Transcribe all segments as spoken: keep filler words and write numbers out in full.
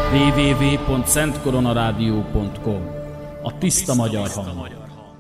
double-u double-u double-u pont szent korona rádió pont com. A tiszta magyar hang.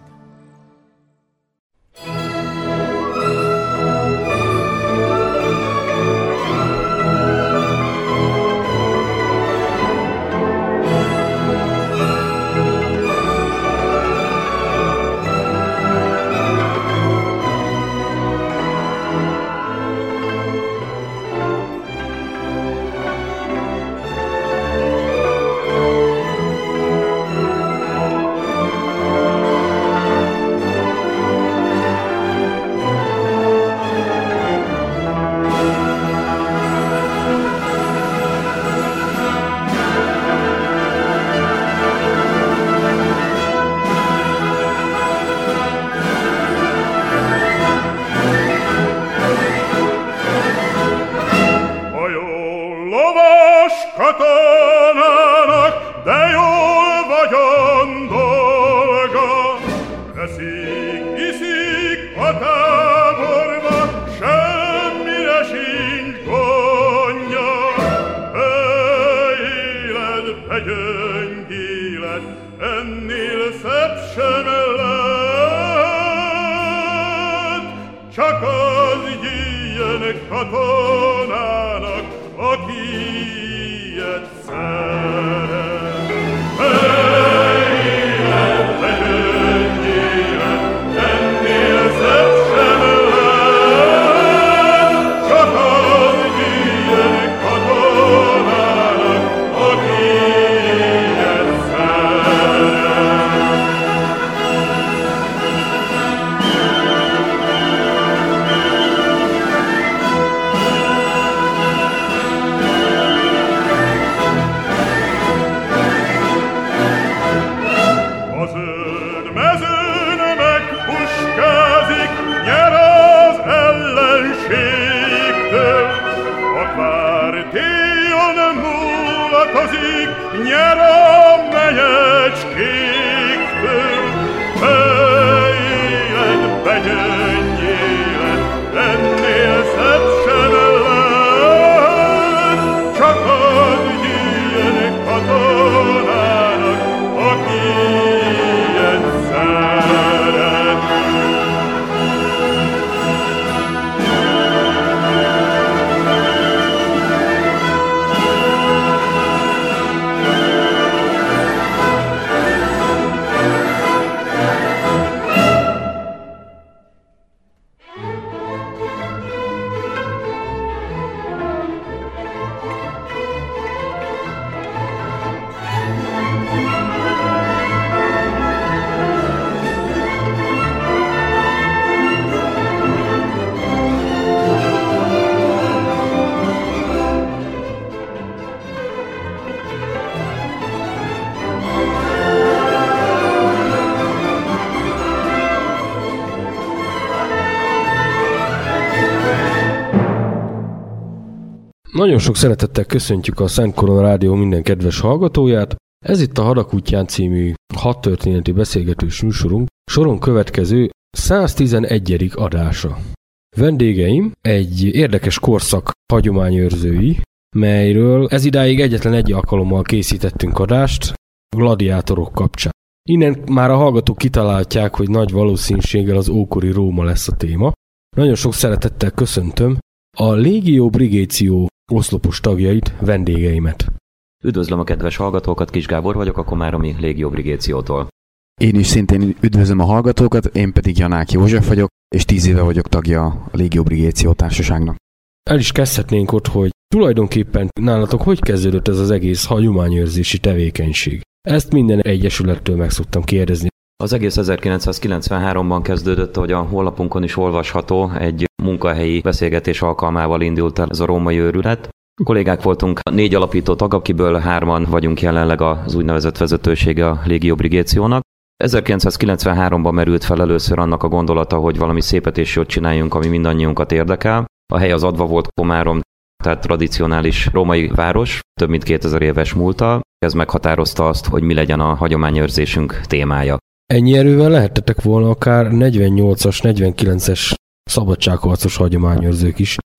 Nagyon sok szeretettel köszöntjük a Szent Korona Rádió minden kedves hallgatóját. Ez itt a Hadak útján című hat történeti beszélgetős műsorunk soron következő száztizenegyedik adása. Vendégeim egy érdekes korszak hagyományőrzői, melyről ez idáig egyetlen egy alkalommal készítettünk adást, gladiátorok kapcsán. Innen már a hallgatók kitalálják, hogy nagy valószínűséggel az ókori Róma lesz a téma. Nagyon sok szeretettel köszöntöm a Legio Brigatio oszlopos tagjait, vendégeimet. Üdvözlöm a kedves hallgatókat, Kis Gábor vagyok a komáromi Legio Brigaciótól. Én is szintén üdvözlöm a hallgatókat, én pedig Janák József vagyok, és tíz éve vagyok tagja a Legio Brigatio társaságnak. El is kezdhetnénk ott, hogy tulajdonképpen nálatok hogy kezdődött ez az egész hagyományőrzési tevékenység? Ezt minden egyesülettől meg szoktam kérdezni. Az egész ezerkilencszázkilencvenháromban kezdődött, ahogy a honlapunkon is olvasható, egy munkahelyi beszélgetés alkalmával indult el ez a római őrület. Kollégák voltunk, négy alapító tag, akiből hárman vagyunk jelenleg az úgynevezett vezetősége a Legio Brigaciónak. ezerkilencszázkilencvenháromban merült fel először annak a gondolata, hogy valami szépet és jót csináljunk, ami mindannyiunkat érdekel. A hely az adva volt Komárom, tehát tradicionális római város, több mint kétezer éves múlttal. Ez meghatározta azt, hogy mi legyen a hagyományőrzésünk témája. Ennyi erővel lehettetek volna akár negyvennyolcas, negyvenkilences szabadságharcos hagyományőrzők is.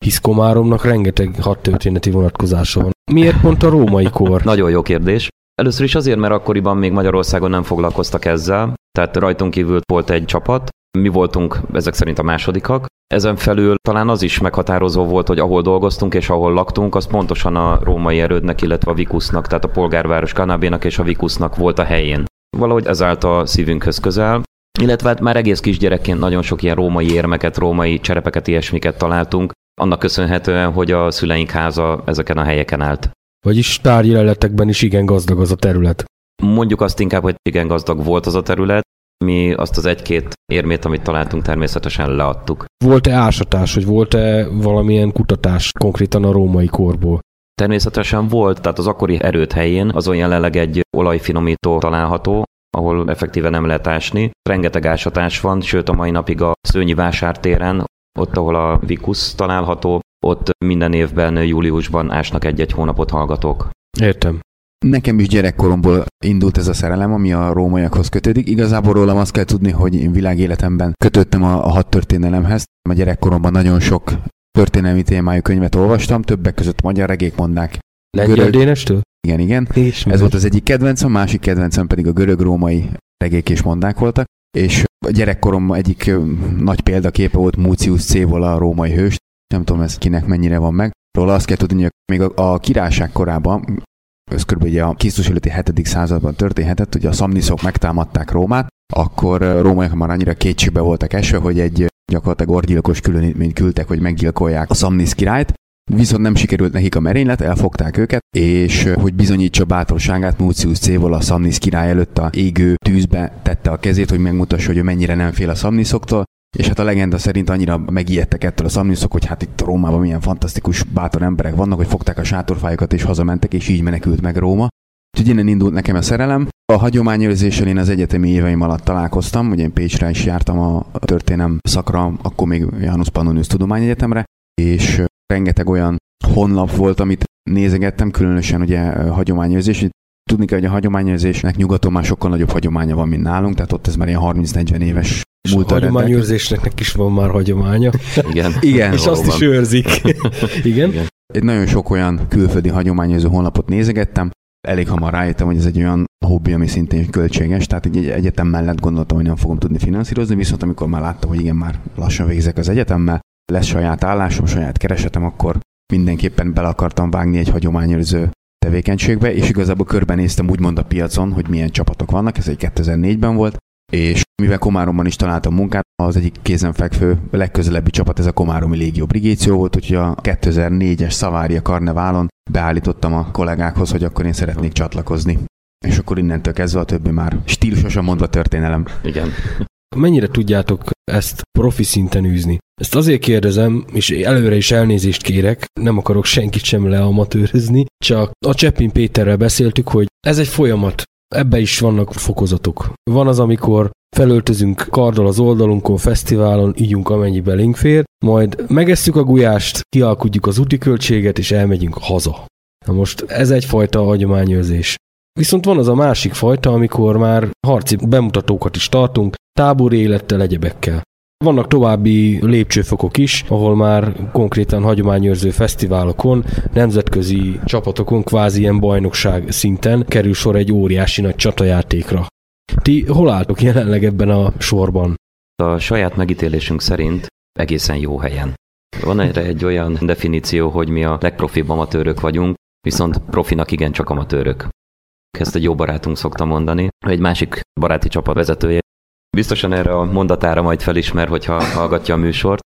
hisz Komáromnak rengeteg hadtörténeti vonatkozása van. Miért pont a római kor? Nagyon jó kérdés. Először is azért, mert akkoriban még Magyarországon nem foglalkoztak ezzel, tehát rajtunk kívül volt egy csapat, mi voltunk ezek szerint a másodikak. Ezen felül talán az is meghatározó volt, hogy ahol dolgoztunk és ahol laktunk, az pontosan a római erődnek, illetve a Vicusnak, tehát a polgárváros Canabénak és a Vicusnak volt a helyén. Valahogy ez állt a szívünkhöz közel, illetve hát már egész kisgyerekként nagyon sok ilyen római érmeket, római cserepeket, ilyesmiket találtunk, annak köszönhetően, hogy a szüleink háza ezeken a helyeken állt. Vagyis tárgyi leletekben is igen gazdag az a terület. Mondjuk azt inkább, hogy igen gazdag volt az a terület, mi azt az egy-két érmét, amit találtunk, természetesen leadtuk. Volt-e ásatás, vagy volt-e valamilyen kutatás konkrétan a római korból? Természetesen volt, tehát az akkori erőd helyén azon jelenleg egy olajfinomító található, ahol effektíve nem lehet ásni. Rengeteg ásatás van, sőt a mai napig a Szőnyi vásártéren, ott ahol a Vicus található, ott minden évben júliusban ásnak egy-egy hónapot hallgatók. Értem. Nekem is gyerekkoromból indult ez a szerelem, ami a rómaiakhoz kötődik. Igazából rólam azt kell tudni, hogy én világéletemben kötöttem a, a hadtörténelemhez. A gyerekkoromban nagyon sok történelmi témájú könyvet olvastam, többek között magyar regék mondák. Lengyel Dénestől? Igen, igen. És ez volt az egyik kedvencem, a másik kedvencem pedig a görög-római regék és mondák voltak. És a gyerekkoromban egyik nagy példaképe volt Mucius Scaevola, a római hős. Nem tudom, ez kinek mennyire van meg. Róla azt kell tudni, hogy még a, a királyság korában, ez kb. A Krisztus előtti hetedik században történhetett, hogy a szamniszok megtámadták Rómát, akkor rómaiak már annyira kétségbe voltak esve, hogy egy gyakorlatilag orgyilkos különítményt küldtek, hogy meggyilkolják a szamnisz királyt, viszont nem sikerült nekik a merénylet, elfogták őket, és hogy bizonyítsa bátorságát, Mucius Scaevola a szamnisz király előtt a égő tűzbe tette a kezét, hogy megmutassa, hogy ő mennyire nem fél a szamniszoktól, és hát a legenda szerint annyira megijedtek ettől a szamniszok, hogy hát itt Rómában milyen fantasztikus, bátor emberek vannak, hogy fogták a sátorfájukat és hazamentek, és így menekült meg Róma. Úgyhogy innen indult nekem a szerelem. A hagyományőrzéssel én az egyetemi éveim alatt találkoztam, ugye én Pécsre is jártam a történelem szakra, akkor még Janus Pannonius Tudományegyetemre, és rengeteg olyan honlap volt, amit nézegettem, különösen ugye hagyományőrzés. Tudni kell, hogy a hagyományőrzésnek nyugaton már sokkal nagyobb hagyománya van, mint nálunk, tehát ott ez már ilyen harminc-negyven éves múltal. A hagyományőrzésnek is van már hagyománya. Igen. Igen, és azt is őrzik. Igen. Igen. Egy nagyon sok olyan külföldi hagyományőrző honlapot nézegettem, elég hamar rájöttem, hogy ez egy olyan hobbi, ami szintén költséges, tehát egy egyetem mellett gondoltam, hogy nem fogom tudni finanszírozni, viszont amikor már láttam, hogy igen, már lassan végzek az egyetemmel, lesz saját állásom, saját keresetem, akkor mindenképpen bele akartam vágni egy hagyományőrző tevékenységbe, és igazából körbenéztem úgymond a piacon, hogy milyen csapatok vannak, ez egy kétezer-négyben volt, és mivel Komáromban is találtam munkát, az egyik kézenfekvő legközelebbi csapat ez a Komáromi Légió Brigéció volt, úgyhogy a kétezer-négyes Szavária Karneválon beállítottam a kollégákhoz, hogy akkor én szeretnék csatlakozni. És akkor innentől kezdve a többi már stílusosan mondva történelem. Igen. Mennyire tudjátok ezt profi szinten űzni? Ezt azért kérdezem, és előre is elnézést kérek, nem akarok senkit sem leamatőrözni, csak a Cseppin Péterrel beszéltük, hogy ez egy folyamat, ebbe is vannak fokozatok. Van az, amikor felöltözünk karddal az oldalunkon, fesztiválon, ígyunk amennyi belénk fér, majd megesszük a gulyást, kialkudjuk az úti költséget, és elmegyünk haza. Na most ez egyfajta hagyományőrzés. Viszont van az a másik fajta, amikor már harci bemutatókat is tartunk, tábori élettel, egyebekkel. Vannak további lépcsőfokok is, ahol már konkrétan hagyományőrző fesztiválokon, nemzetközi csapatokon, kvázi ilyen bajnokság szinten kerül sor egy óriási nagy csatajátékra. Ti hol álltok jelenleg ebben a sorban? A saját megítélésünk szerint egészen jó helyen. Van erre egy olyan definíció, hogy mi a legprofibb amatőrök vagyunk, viszont profinak igencsak amatőrök. Ezt egy jó barátunk szokta mondani, egy másik baráti csapat vezetője. Biztosan erre a mondatára majd felismer, hogyha hallgatja a műsort.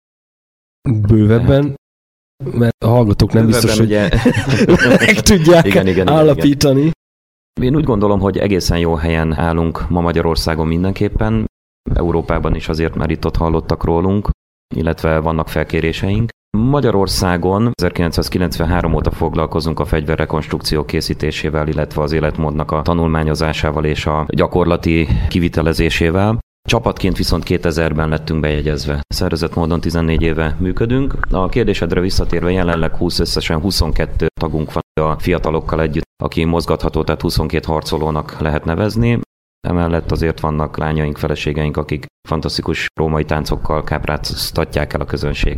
Bővebben, mert a hallgatók nem Bővebben biztos, ugye... hogy meg tudják igen, igen, állapítani. Igen. Én úgy gondolom, hogy egészen jó helyen állunk ma Magyarországon mindenképpen. Európában is azért már itt-ott hallottak rólunk, illetve vannak felkéréseink. Magyarországon ezerkilencszázkilencvenhárom óta foglalkozunk a fegyverrekonstrukció készítésével, illetve az életmódnak a tanulmányozásával és a gyakorlati kivitelezésével. Csapatként viszont kétezerben lettünk bejegyezve. Szervezett módon tizennégy éve működünk. A kérdésedre visszatérve jelenleg húsz, összesen huszonkettő tagunk van a fiatalokkal együtt, aki mozgatható, tehát huszonkét harcolónak lehet nevezni. Emellett azért vannak lányaink, feleségeink, akik fantasztikus római táncokkal kápráztatják el a közönséget.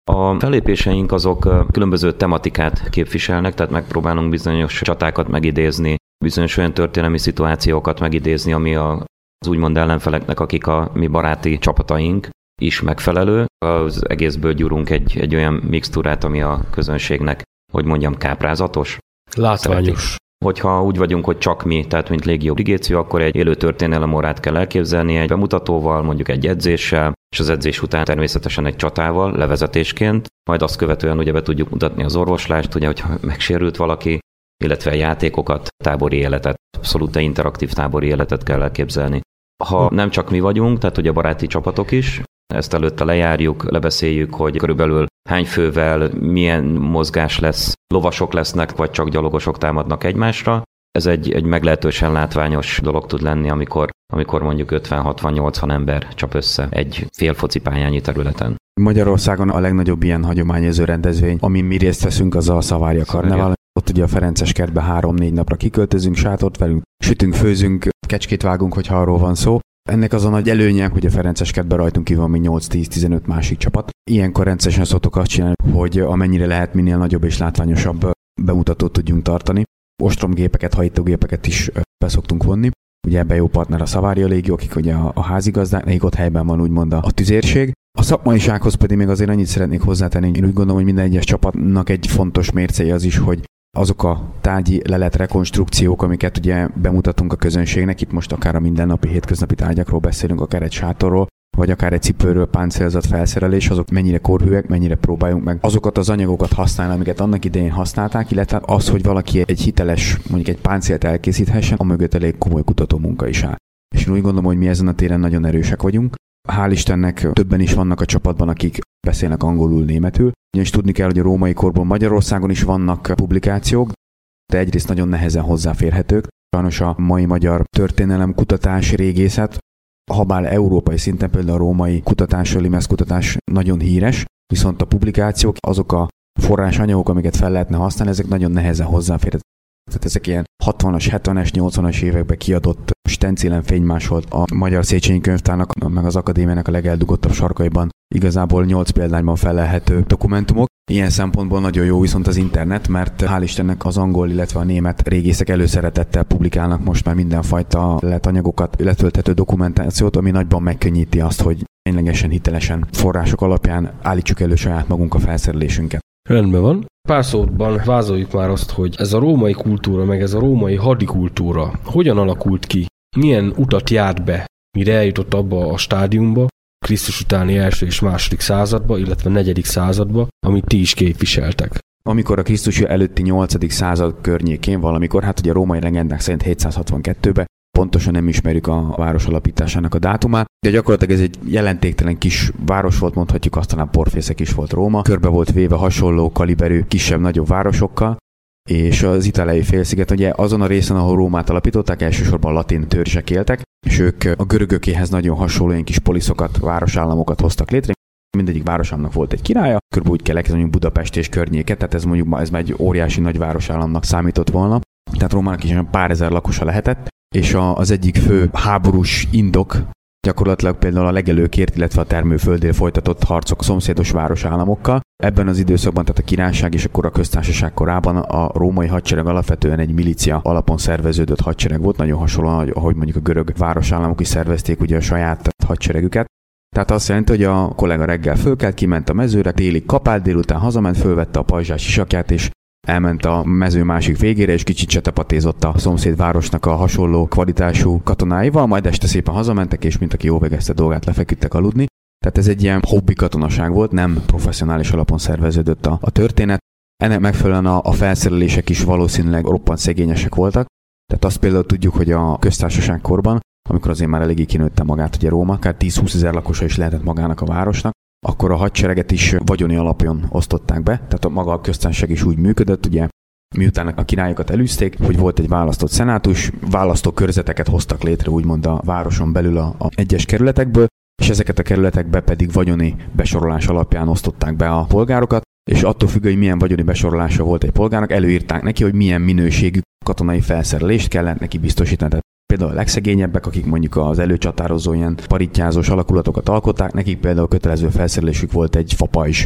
A fellépéseink azok különböző tematikát képviselnek, tehát megpróbálunk bizonyos csatákat megidézni, bizonyos olyan történelmi szituációkat megidézni, ami a, az úgymond ellenfeleknek, akik a mi baráti csapataink is megfelelő. Az egészből gyúrunk egy, egy olyan mixtúrát, ami a közönségnek, hogy mondjam, káprázatos. Látványos. Szeretik. Hogyha úgy vagyunk, hogy csak mi, tehát mint Légió Brigéció, akkor egy élő történelemórát kell elképzelni egy bemutatóval, mondjuk egy edzéssel, és az edzés után természetesen egy csatával, levezetésként, majd azt követően ugye be tudjuk mutatni az orvoslást, ugye, hogyha megsérült valaki, illetve játékokat, tábori életet, abszolút interaktív tábori életet kell elképzelni. Ha nem csak mi vagyunk, tehát ugye baráti csapatok is, ezt előtte lejárjuk, lebeszéljük, hogy körülbelül hány fővel, milyen mozgás lesz, lovasok lesznek, vagy csak gyalogosok támadnak egymásra. Ez egy, egy meglehetősen látványos dolog tud lenni, amikor, amikor mondjuk ötven hatvan nyolcvan ember csap össze egy fél focipályányi területen. Magyarországon a legnagyobb ilyen hagyományozó rendezvény, amin mi részt veszünk, az a Szavária Karnevál. Ott ugye a Ferences kertbe három-négy napra kiköltözünk, sátort velünk, sütünk, főzünk, kecskét vágunk, hogyha arról van szó. Ennek az a nagy előnye, hogy a Ferences kertben rajtunk kívül van még nyolc-tíz-tizenöt másik csapat. Ilyenkor rendszeresen szoktuk azt csinálni, hogy amennyire lehet minél nagyobb és látványosabb bemutatót tudjunk tartani. Ostromgépeket, hajítógépeket is beszoktunk vonni. Ugye ebben jó partner a Szavária Légió, akik ugye a, a házigazdák, nekik ott helyben van úgymond a, a tüzérség. A szakmaisághoz pedig még azért annyit szeretnék hozzátenni, én úgy gondolom, hogy minden egyes csapatnak egy fontos mércéje az is, hogy azok a tárgyi lelet rekonstrukciók, amiket ugye bemutatunk a közönségnek, itt most akár a mindennapi, hétköznapi tárgyakról beszélünk, akár egy sátorról, vagy akár egy cipőről páncélzat felszerelés, azok mennyire korhűek, mennyire próbáljunk meg azokat az anyagokat használni, amiket annak idején használták, illetve az, hogy valaki egy hiteles, mondjuk egy páncélt elkészíthessen, amögött elég komoly kutatómunka is áll. És én úgy gondolom, hogy mi ezen a téren nagyon erősek vagyunk. Hál' Istennek többen is vannak a csapatban, akik beszélnek angolul, németül. És tudni kell, hogy a római korból Magyarországon is vannak publikációk, de egyrészt nagyon nehezen hozzáférhetők. Sajnos a mai magyar történelem, kutatás, régészet, habár európai szinten például a római kutatás, a limesz kutatás nagyon híres, viszont a publikációk, azok a forrásanyagok, amiket fel lehetne használni, ezek nagyon nehezen hozzáférhetők. Tehát ezek ilyen hatvanas, hetvenes, nyolcvanas években kiadott, stencilen fénymásolt a Magyar Széchenyi Könyvtárnak, meg az akadémiának a legeldugottabb sarkaiban igazából nyolc példányban felelhető dokumentumok. Ilyen szempontból nagyon jó viszont az internet, mert hál' Istennek az angol, illetve a német régészek előszeretettel publikálnak most már mindenfajta letanyagokat, letölthető dokumentációt, ami nagyban megkönnyíti azt, hogy ténylegesen hitelesen források alapján állítsuk elő saját magunk a felszerelésünket. Rendben van. Pár szóban vázoljuk már azt, hogy ez a római kultúra, meg ez a római hadikultúra hogyan alakult ki, milyen utat járt be, mire eljutott abba a stádiumba, Krisztus utáni első és második századba, illetve negyedik századba, amit ti is képviseltek. Amikor a Krisztus előtti nyolcadik század környékén valamikor, hát ugye a római legendák szerint hétszázhatvankettőben, pontosan nem ismerjük a város alapításának a dátumát, de gyakorlatilag ez egy jelentéktelen kis város volt, mondhatjuk azt, talán porfészek is volt Róma. Körbe volt véve hasonló kaliberű, kisebb-nagyobb városokkal, és az Itáliai félsziget ugye azon a részen, ahol Rómát alapították, elsősorban latin törzsek éltek, és ők a görögökéhez nagyon hasonló ilyen kis poliszokat, városállamokat hoztak létre. Mindegyik városállamnak volt egy királya, körülbelül úgy kell elképzelni Budapest és környéke, tehát ez mondjuk ez már egy óriási nagy városállamnak számított volna. Tehát Rómának is pár ezer lakosa lehetett, és az egyik fő háborús indok gyakorlatilag például a legelőkért, illetve a termőföldél folytatott harcok szomszédos városállamokkal. Ebben az időszakban, tehát a királyság és akkor a köztársaság korában a római hadsereg alapvetően egy milícia alapon szerveződött hadsereg volt, nagyon hasonlóan, ahogy mondjuk a görög városállamok is szervezték ugye a saját hadseregüket. Tehát azt jelenti, hogy a kollega reggel fölkelt, kiment a mezőre, télig kapált, délután hazament, fölvette a pajzsás isakját, és elment a mező másik végére, és kicsit csetepatézott a szomszéd városnak a hasonló kvalitású katonáival, majd este szépen hazamentek, és mint aki jól végezte dolgát, lefeküdtek aludni. Tehát ez egy ilyen hobbi katonaság volt, nem professzionális alapon szerveződött a, a történet. Ennek megfelelően a, a felszerelések is valószínűleg roppant szegényesek voltak. Tehát azt például tudjuk, hogy a köztársaság korban, amikor azért már eléggé kinőtte magát ugye Róma, akár tíz-húsz ezer lakosa is lehetett magának a városnak, akkor a hadsereget is vagyoni alapon osztották be, tehát a maga a köztársaság is úgy működött, ugye, miután a királyokat elűzték, hogy volt egy választott szenátus, választó körzeteket hoztak létre úgymond a városon belül a, a egyes kerületekből, és ezeket a kerületekbe pedig vagyoni besorolás alapján osztották be a polgárokat, és attól függően, hogy milyen vagyoni besorolása volt egy polgárnak, előírták neki, hogy milyen minőségű katonai felszerelést kellett neki biztosítani. Tehát például a legszegényebbek, akik mondjuk az előcsatározó ilyen parittyázós alakulatokat alkották, nekik például kötelező felszerelésük volt egy fapajzs.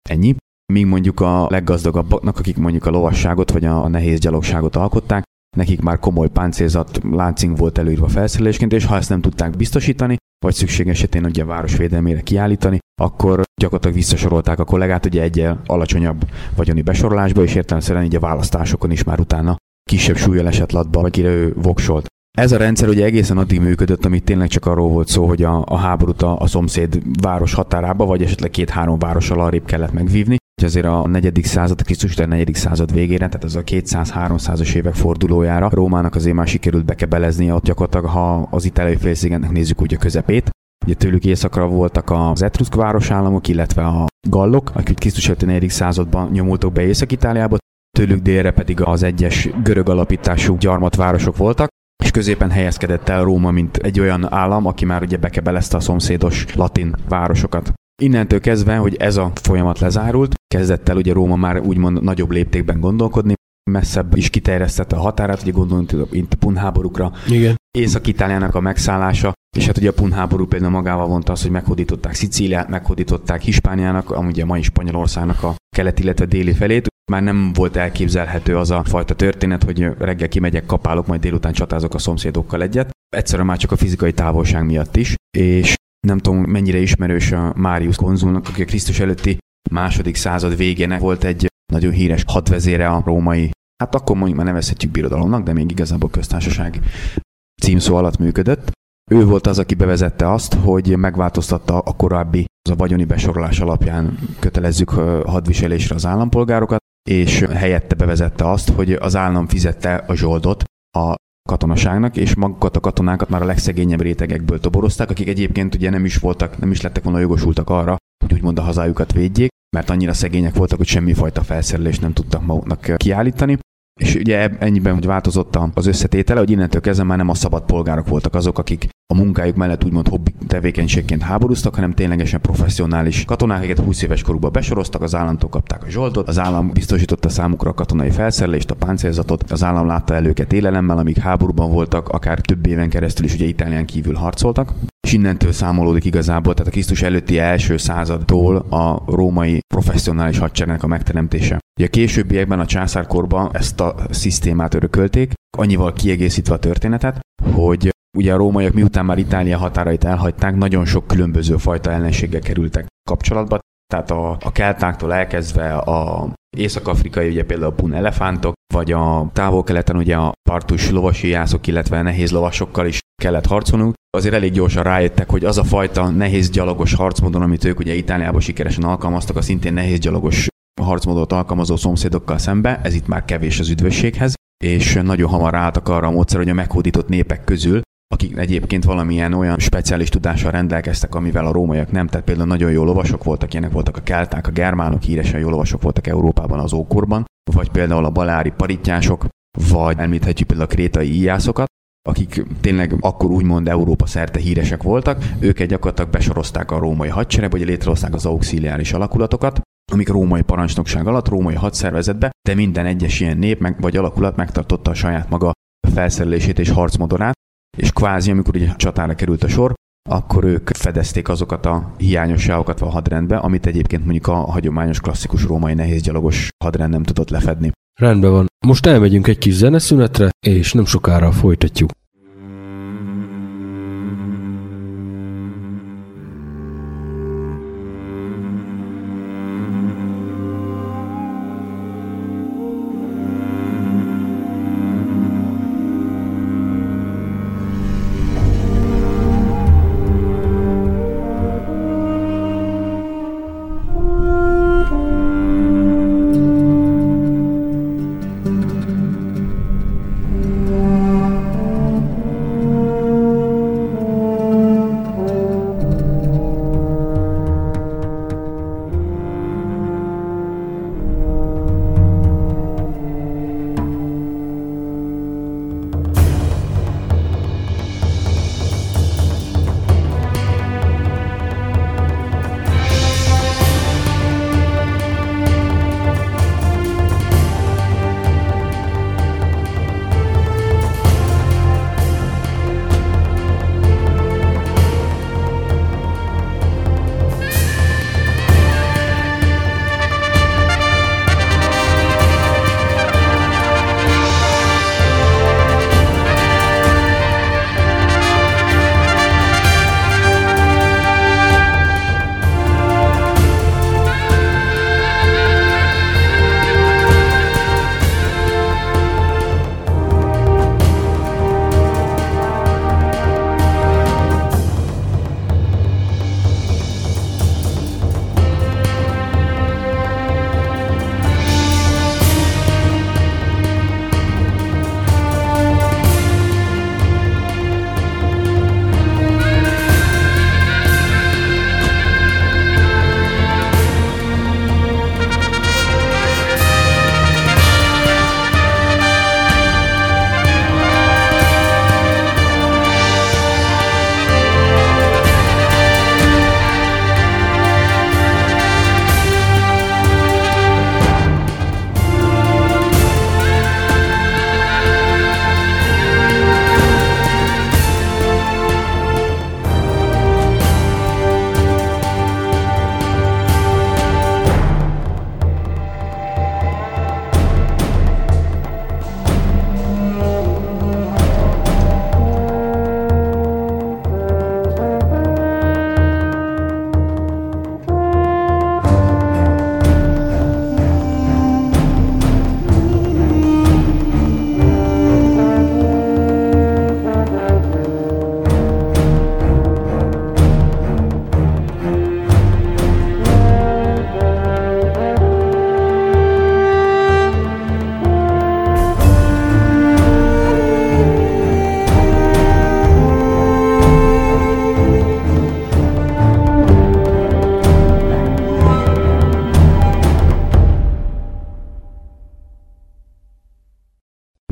Ennyi. Míg mondjuk a leggazdagabbaknak, akik mondjuk a lovasságot vagy a nehéz gyalogságot alkották, nekik már komoly páncélzat, láncing volt előírva felszerelésként, és ha ezt nem tudták biztosítani, vagy szükség esetén ugye a város védelmére kiállítani, akkor gyakorlatilag visszasorolták a kollégát ugye egy alacsonyabb vagyoni besorolásba, és értelemszerűen így a választásokon is már utána kisebb súllyal esett latba, vagy kire ő voksolt. Ez a rendszer ugye egészen addig működött, amit tényleg csak arról volt szó, hogy a, a háborút a, a szomszéd város határába, vagy esetleg két-három várossal arrébb kellett megvívni. És azért a negyedik század, Krisztus után negyedik század végére, tehát ez a kétszáz-háromszázas évek fordulójára Rómának azért már sikerült bekebeleznie ott gyakorlatilag, ha az itáliai félszigetnek nézzük úgy a közepét. Ugye tőlük északra voltak az etruszk városállamok, illetve a gallok, akik Krisztus előtti negyedik században nyomultak be Észak-Itáliába, tőlük délre pedig az egyes görög alapítású gyarmatvárosok voltak, és középen helyezkedett el Róma, mint egy olyan állam, aki már ugye bekebelezte a szomszédos latin városokat. Innentől kezdve, hogy ez a folyamat lezárult, kezdett el ugye Róma már úgymond nagyobb léptékben gondolkodni, messzebb is kiterjesztette a határát, ugye gondolunk itt a punháborúkra, Észak-Itáliának a megszállása, és hát ugye a punháború például magával vonta azt, hogy meghódították Szicíliát, meghódították Hispániának, amúgy a mai Spanyolországnak a keleti, illetve déli felét. Már nem volt elképzelhető az a fajta történet, hogy reggel kimegyek, kapálok, majd délután csatázok a szomszédokkal egyet. Egyszerűen már csak a fizikai távolság miatt is, és nem tudom, mennyire ismerős a Marius konzulnak, aki a Krisztus előtti második század végének volt egy nagyon híres hadvezére a római, hát akkor mondjuk már nevezhetjük birodalomnak, de még igazából köztársaság címszó alatt működött. Ő volt az, aki bevezette azt, hogy megváltoztatta a korábbi, az a vagyoni besorolás alapján kötelezzük hadviselésre az állampolgárokat, és helyette bevezette azt, hogy az állam fizette a zsoldot a katonaságnak, és magukat a katonákat már a legszegényebb rétegekből toborozták, akik egyébként ugye nem is voltak, nem is lettek volna jogosultak arra, hogy úgymond a hazájukat védjék, mert annyira szegények voltak, hogy semmifajta felszerelést nem tudtak maguknak kiállítani. És ugye ennyiben, hogy változott az összetétele, hogy innentől kezdve már nem a szabad polgárok voltak azok, akik a munkájuk mellett úgymond hobbi tevékenységként háborúztak, hanem ténylegesen professzionális katonák, akiket húsz éves korukban besoroztak, az államtól kapták a zsoldot, az állam biztosította számukra a katonai felszerelést, a páncélzatot, az állam látta el őket élelemmel, amíg háborúban voltak, akár több éven keresztül is ugye Itálián kívül harcoltak. És innentől számolódik igazából, tehát a Krisztus előtti első századtól a római professzionális hadseregnek a megteremtése. Ugye a későbbiekben a császárkorban ezt a szisztémát örökölték, annyival kiegészítve a történetet, hogy ugye a rómaiak miután már Itália határait elhagyták, nagyon sok különböző fajta ellenséggel kerültek kapcsolatba. Tehát a, a keltáktól elkezdve a észak-afrikai, ugye például a pun elefántok, vagy a távol-keleten ugye a partus lovasíjászok, illetve nehéz lovasokkal is kellett harcolnunk. Azért elég gyorsan rájöttek, hogy az a fajta nehéz gyalogos harcmódon, amit ők ugye Itáliában sikeresen alkalmaztak, a szintén nehéz gyalogos harcmódot alkalmazó szomszédokkal szembe, ez itt már kevés az üdvösséghez, és nagyon hamar ráálltak arra a módszer, hogy a meghódított népek közül, akik egyébként valamilyen olyan speciális tudással rendelkeztek, amivel a rómaiak nem, tehát például nagyon jó lovasok voltak, ilyenek voltak a kelták, a germánok, híresen jó lovasok voltak Európában az ókorban, vagy például a balári parittyások, vagy említhetjük például a krétai íjászokat, akik tényleg akkor úgymond Európa szerte híresek voltak, őket gyakorlatilag besorozták a római hadseregbe, hogy létrehozták az auxiliáris alakulatokat, amik római parancsnokság alatt, római hadszervezetbe, de minden egyes ilyen nép meg, vagy alakulat megtartotta a saját maga felszerelését és harcmodorát, és kvázi, amikor ugye csatára került a sor, akkor ők fedezték azokat a hiányosságokat a hadrendbe, amit egyébként mondjuk a hagyományos klasszikus római nehézgyalogos hadrend nem tudott lefedni. Rendben van. Most elmegyünk egy kis zeneszünetre, és nem sokára folytatjuk.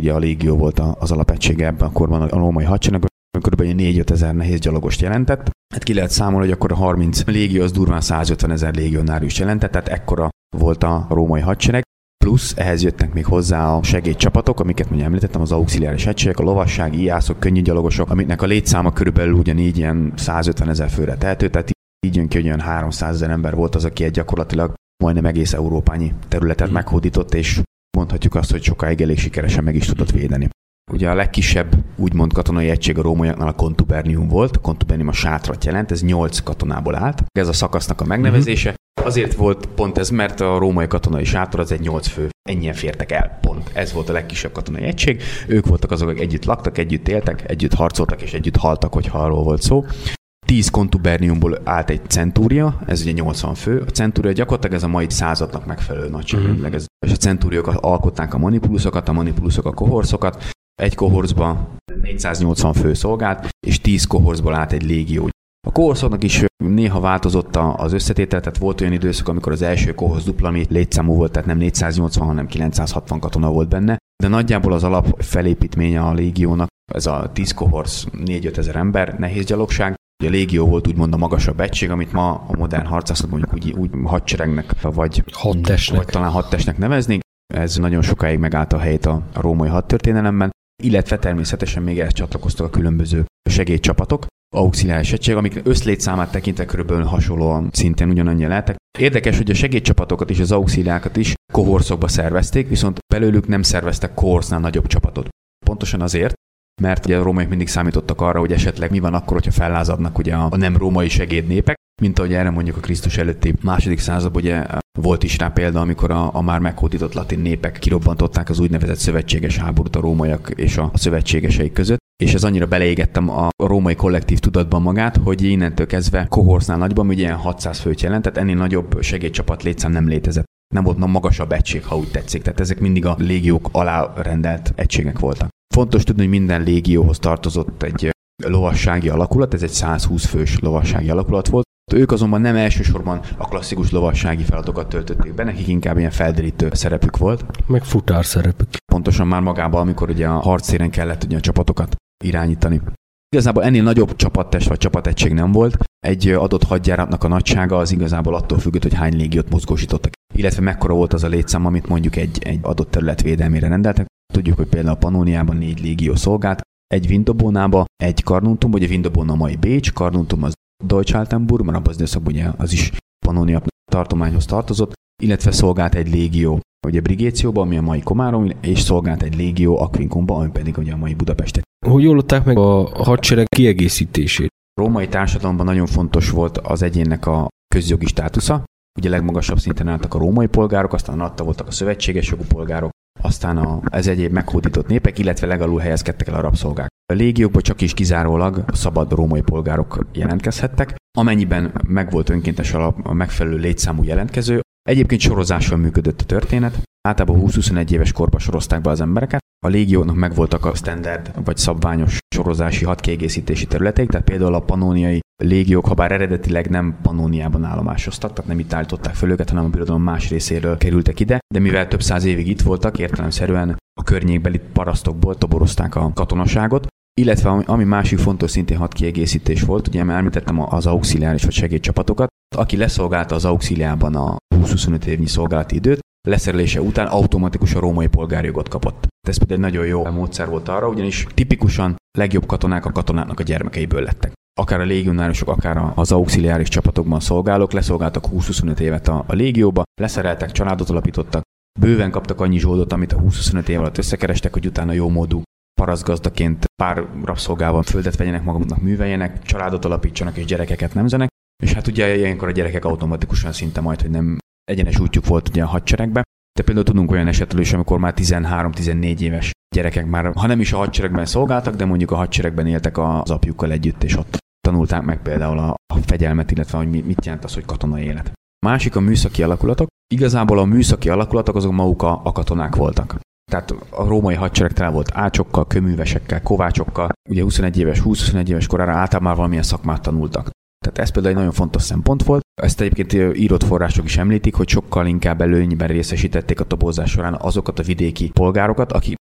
ugye a légió volt az alapegysége ebben a korban a római hadseregben, kb. négy-öt ezer nehéz gyalogost jelentett. Hát ki lehet számolni, hogy akkor a harminc légió az durván százötven ezer légionárius jelentett, tehát ekkora volt a római hadsereg. Plusz ehhez jöttek még hozzá a segédcsapatok, amiket mondja említettem, az auxiliáris egységek, a lovasság, íjászok, könnyű gyalogosok, amiknek a létszáma körülbelül ugyanígy ilyen százötven ezer főre tehető, tehát így jön ki, hogy olyan háromszázezer ember volt az, aki egy gyakorlatilag majdnem egész európányi területet mm. meghódított, és mondhatjuk azt, hogy sokáig elég sikeresen meg is tudott védeni. Ugye a legkisebb úgymond katonai egység a rómaiaknál a contubernium volt, a contubernium a sátrat jelent, ez nyolc katonából állt. Ez a szakasznak a megnevezése. Mm-hmm. Azért volt pont ez, mert a római katonai sátor az egy nyolc fő, ennyien fértek el, pont. Ez volt a legkisebb katonai egység. Ők voltak azok, akik együtt laktak, együtt éltek, együtt harcoltak és együtt haltak, hogyha arról volt szó. tíz contuberniumból állt egy centúria, ez ugye nyolcvan fő. A centúria gyakorlatilag ez a mai századnak megfelelő nagyságrendileg. Mm-hmm. És a centúriók alkották a manipuluszokat, a manipulusok a kohorszokat. Egy kohorszba négyszáznyolcvan fő szolgált, és tíz kohorszból állt egy légió. A kohorszoknak is néha változott az összetétel, tehát volt olyan időszak, amikor az első kohorsz dupla létszámú volt, tehát nem négyszáznyolcvan, hanem kilencszázhatvan katona volt benne, de nagyjából az alap felépítménye a légiónak, ez a tíz kohorsz, négy-öt ezer ember, nehéz gyalogság. A légió volt úgymond a magasabb egység, amit ma a modern harcászat mondjuk úgy, úgy hadseregnek, vagy, vagy talán hadtestnek neveznék. Ez nagyon sokáig megállt a helyét a, a római hadtörténelemben, illetve természetesen még ehhez csatlakoztak a különböző segédcsapatok, auxiliáris egység, amik összlétszámát tekintve körülbelül hasonlóan szintén ugyanannyi lehetek. Érdekes, hogy a segédcsapatokat és az auxiliákat is kohorszokba szervezték, viszont belőlük nem szerveztek kohorsznál nagyobb csapatot. Pontosan azért, mert ugye a rómaiak mindig számítottak arra, hogy esetleg mi van akkor, hogyha fellázadnak ugye a nem római segédnépek, mint ahogy erre mondjuk a Krisztus előtti második században ugye volt is rá példa, amikor a, a már meghódított latin népek kirobbantották az úgynevezett szövetséges háborút a rómaiak és a, a szövetségeseik között, és ez annyira beleégettem a római kollektív tudatban magát, hogy innentől kezdve kohorznál nagyban ugye ilyen hatszáz főt jelent, tehát ennél nagyobb segédcsapat létszám nem létezett. Nem volt magasabb egység, ha úgy tetszik, tehát ezek mindig a légiók alá rendelt egységek voltak. Fontos tudni, hogy minden légióhoz tartozott egy lovassági alakulat, ez egy százhúsz fős lovassági alakulat volt. Ők azonban nem elsősorban a klasszikus lovassági feladatokat töltötték be, nekik inkább ilyen felderítő szerepük volt. Meg futár szerepük. Pontosan már magában, amikor ugye a harctéren kellett ugye a csapatokat irányítani. Igazából ennél nagyobb csapattest vagy csapategység nem volt. Egy adott hadjáratnak a nagysága az igazából attól függött, hogy hány légiót mozgósítottak, illetve mekkora volt az a létszám, amit mondjuk egy, egy adott terület védelmére rendeltek. Tudjuk, hogy például a Pannóniában négy légió szolgált, egy Vindobónába, egy Carnuntum, ugye Vindobóna mai Bécs, Carnuntum az Deutsch-Altenburg, mert abban az időszakban ugye az is Pannónia tartományhoz tartozott, illetve szolgált egy légió ugye Brigécióba, ami a mai Komárom, és szolgált egy légió Aquincumba, ami pedig ugye a mai Budapestet. Hogy oldották meg a hadsereg kiegészítését? A római társadalomban nagyon fontos volt az egyénnek a közjogi státusza. Ugye legmagasabb szinten álltak a római polgárok, aztán alatta voltak a szövetséges jogú polgárok, aztán a, ez egyéb meghódított népek, illetve legalul helyezkedtek el a rabszolgák. A légiókban csak is kizárólag szabad római polgárok jelentkezhettek, amennyiben megvolt önkéntes alap a megfelelő létszámú jelentkező. Egyébként sorozással működött a történet. Általában húsz-huszonegy éves korban sorozták be az embereket. A légióknak megvoltak a standard vagy szabványos sorozási hadkiegészítési területek, tehát például a pannóniai légiók, ha bár eredetileg nem Pannóniában állomásoztak, tehát nem itt állították fel őket, hanem a birodalom más részéről kerültek ide, de mivel több száz évig itt voltak, értelemszerűen a környékbeli parasztokból toborozták a katonaságot, illetve ami másik fontos szintén hadkiegészítés volt, ugye már említettem az auxiliáris vagy segédcsapatokat, aki leszolgálta az auxiliában a húsz-huszonöt évnyi szolgálati időt, leszerelése után automatikusan római polgárjogot kapott. Ez pedig egy nagyon jó módszer volt arra, ugyanis tipikusan legjobb katonák a katonáknak a gyermekeiből lettek. Akár a légionárusok, akár az auxiliáris csapatokban szolgálók leszolgáltak húsz-huszonöt évet a, a légióba, leszereltek, családot alapítottak, bőven kaptak annyi zsoldot, amit a húsz-huszonöt év alatt összekerestek, hogy utána jó módú parasztgazdaként pár rabszolgával földet vegyenek maguknak, műveljenek, családot alapítsanak és gyerekeket nemzenek. És hát ugye ilyenkor a gyerekek automatikusan szinte majd, hogy nem egyenes útjuk volt ugye a hadseregbe. De például tudunk olyan esetről is, amikor már tizenhárom-tizennégy éves gyerekek már, ha nem is a hadseregben szolgáltak, de mondjuk a hadseregben éltek az apjukkal együtt, és ott tanulták meg például a fegyelmet, illetve hogy mit jelent az, hogy katonai élet. A másik a műszaki alakulatok. Igazából a műszaki alakulatok azok maguk a, a katonák voltak. Tehát a római hadsereg tele volt ácsokkal, kőművesekkel, kovácsokkal. Ugye huszonegy éves, húsz-huszonegy éves korára általában már valamilyen szakmát tanultak. Tehát ez például egy nagyon fontos szempont volt. Ezt egyébként írott források is említik, hogy sokkal inkább előnyben részesítették a toborzás során azokat a vidéki polgárokat, akik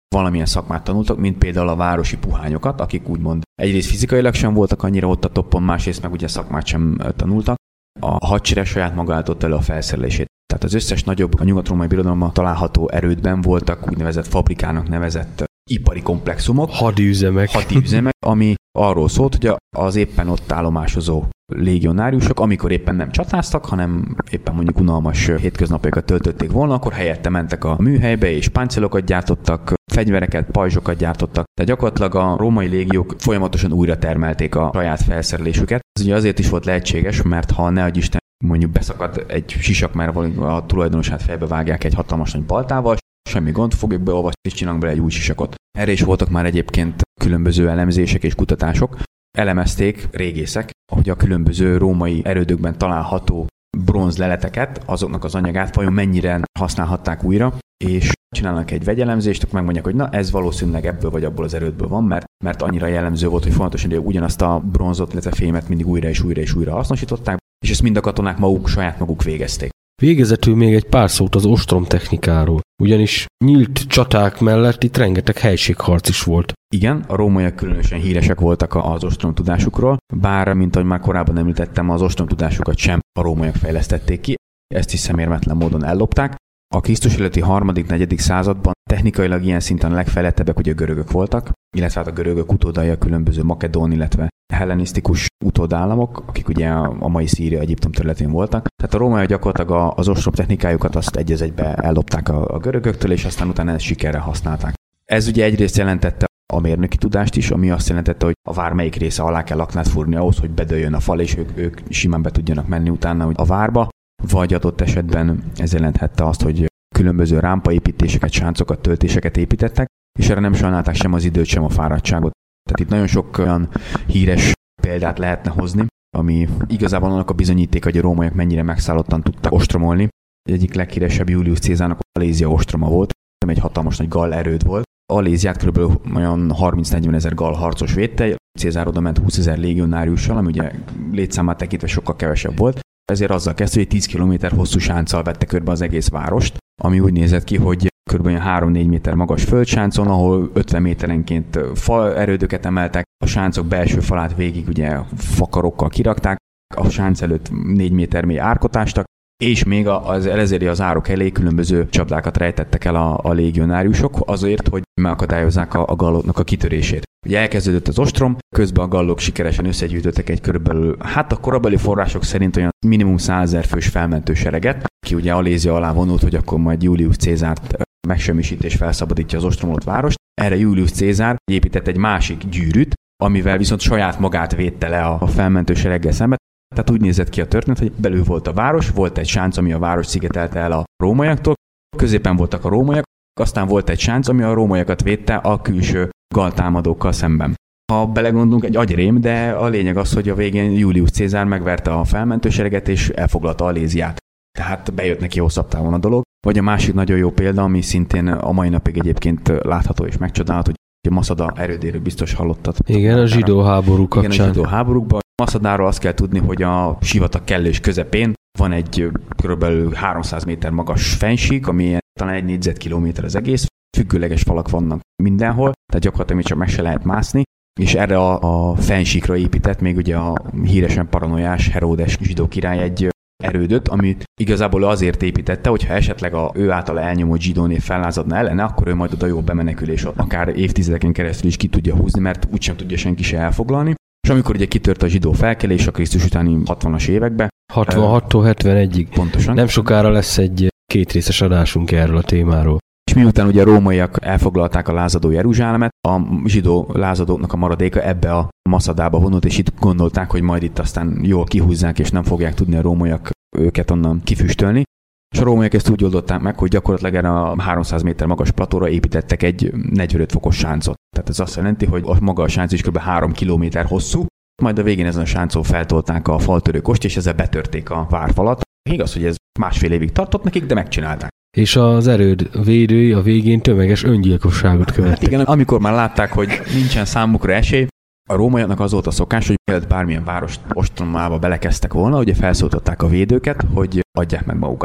valamilyen szakmát tanultak, mint például a városi puhányokat, akik úgymond egyrészt fizikailag sem voltak annyira ott a toppon, másrészt meg ugye szakmát sem tanultak. A hadsereg saját maga állított elő a felszerelését. Tehát az összes nagyobb a nyugat-római birodalomban található erődben voltak úgynevezett fabrikának nevezett ipari komplexumok. Hadiüzemek. Hadiüzemek, ami arról szólt, hogy az éppen ott állomásozó légionáriusok, amikor éppen nem csatáztak, hanem éppen mondjuk unalmas hétköznapjaikat töltötték volna, akkor helyette mentek a műhelybe és páncélokat gyártottak, fegyvereket, pajzsokat gyártottak. Tehát gyakorlatilag a római légiók folyamatosan újra termelték a saját felszerelésüket. Ez ugye azért is volt lehetséges, mert ha ne adj Isten, mondjuk beszakad egy sisak, mert a tulajdonosát fejbe vágják egy hatalmas nagy baltával, semmi gond, fogjuk beolvasni és csinálunk bele egy új sisakot. Erre is voltak már egyébként különböző elemzések és kutatások. Elemezték régészek, hogy a különböző római erődökben található bronzleleteket, azoknak az anyagát vajon mennyire használhatták újra, és csinálnak egy vegyelemzést, akkor megmondják, hogy na ez valószínűleg ebből vagy abból az erődből van, mert, mert annyira jellemző volt, hogy folyamatosan ugyanazt a bronzot, illetve fémet mindig újra és újra és újra hasznosították, és ezt mind a katonák maguk, saját maguk végezték. Végezetül még egy pár szót az ostrom technikáról, ugyanis nyílt csaták mellett itt rengeteg helységharc is volt. Igen, a rómaiak különösen híresek voltak az ostrom tudásukról, bár, mint ahogy már korábban említettem, az ostrom tudásukat sem a rómaiak fejlesztették ki, ezt is szemérmetlen módon ellopták. A Krisztus előtti harmadik-negyedik században technikailag ilyen szinten a legfejlettebbek ugye a görögök voltak, illetve hát a görögök utódai a különböző makedón, illetve hellenisztikus utódállamok, akik ugye a mai Szíria, Egyiptom területén voltak. Tehát a rómaiak gyakorlatilag az ostrom technikájukat azt egy az egybe ellopták a, a görögöktől, és aztán utána ezt sikerre használták. Ez ugye egyrészt jelentette a mérnöki tudást is, ami azt jelentette, hogy a vár melyik része alá kell aknát fúrni ahhoz, hogy bedőljön a fal, és ők, ők simán be tudjanak menni utána a várba, vagy adott esetben ez jelenthette azt, hogy különböző rámpaépítéseket, sáncokat, töltéseket építettek, és erre nem sajnálták sem az időt, sem a fáradtságot. Tehát itt nagyon sok olyan híres példát lehetne hozni, ami igazából annak a bizonyíték, hogy a rómaiak mennyire megszállottan tudtak ostromolni. Egyik leghíresebb Julius Cézárnak Alézia ostroma volt, ami egy hatalmas nagy gall erőd volt. Aléziát kb. Olyan harminc-negyven ezer gall harcos védte, Cézár oda ment húszezer légionáriussal, ami ugye létszámát tekintve sokkal kevesebb volt. Ezért azzal kezdte, hogy tíz kilométer hosszú sánccal vette körbe az egész várost, ami úgy nézett ki, hogy kb. három-négy méter magas földssáncon, ahol ötven méterenként fa erődöket emeltek, a sáncok belső falát végig ugye fakarokkal kirakták, a sánc előtt négy méter mély árkot ástak, és még az elezéri az árok elé különböző csapdákat rejtettek el a, a légionáriusok azért, hogy megakadályozzák a, a galloknak a kitörését. Ugye elkezdődött az ostrom, közben a gallok sikeresen összegyűjtöttek egy körülbelül, hát a korabeli források szerint olyan minimum százezer fős felmentő sereget, ki ugye Alézia alá vonult, hogy akkor majd Julius Cézárt megsemmisít és felszabadítja az ostromolott várost. Erre Julius Cézár épített egy másik gyűrűt, amivel viszont saját magát védte le a felmentő sereggel szemben. Tehát úgy nézett ki a történet, hogy belül volt a város, volt egy sánc, ami a város szigetelte el a rómaiaktól, középen voltak a rómaiak, aztán volt egy sánc, ami a rómaiakat védte a külső galltámadókkal szemben. Ha belegondolunk, egy agyrém, de a lényeg az, hogy a végén Julius Cézár megverte a felmentősereget és elfoglalta Aléziát. Tehát bejött neki hosszabb távon a dolog. Vagy a másik nagyon jó példa, ami szintén a mai napig egyébként látható és megcsodálható, hogy a Maszada erődéről biztos hallottad. Igen, a zsidó háború kapcsán. Igen, a zsidó háborúkban. Maszadáról azt kell tudni, hogy a sivatag kellős közepén van egy kb. háromszáz méter magas fennsík, ami talán egy négyzetkilométer az egész, függőleges falak vannak mindenhol, tehát gyakorlatilag csak meg se lehet mászni, és erre a, a fennsíkra épített még ugye a híresen paranoiás Heródes zsidó király egy erődöt, amit igazából azért építette, hogyha esetleg a ő által elnyomott zsidó név fellázadna ellene, akkor ő majd oda jó bemenekül, és akár évtizedeken keresztül is ki tudja húzni, mert úgysem tudja senki se elfoglalni. És amikor ugye kitört a zsidó felkelés a Krisztus utáni hatvanas években. hatvanhattól hetvenegyig. Pontosan. Nem sokára lesz egy kétrészes adásunk erről a témáról. És miután ugye a rómaiak elfoglalták a lázadó Jeruzsálemet, a zsidó lázadóknak a maradéka ebbe a Maszadába vonult, és itt gondolták, hogy majd itt aztán jól kihúzzák, és nem fogják tudni a rómaiak őket onnan kifüstölni. És a rómaiak ezt úgy oldották meg, hogy gyakorlatilag erre a háromszáz méter magas platóra építettek egy negyvenöt fokos sáncot. Tehát ez azt jelenti, hogy a maga a sánc is kb. három kilométer hosszú, majd a végén ezen a sáncon feltolták a faltörőkost, és ezzel betörték a várfalat. Igaz, hogy ez másfél évig tartott nekik, de megcsinálták. És az erőd védői a végén tömeges öngyilkosságot követtek. Hát igen, amikor már látták, hogy nincsen számukra esély, a rómaiaknak az volt a szokás, hogy mielőtt bármilyen város ostromába belekezdtek volna, ugye felszólították a védőket, hogy adják meg magukat.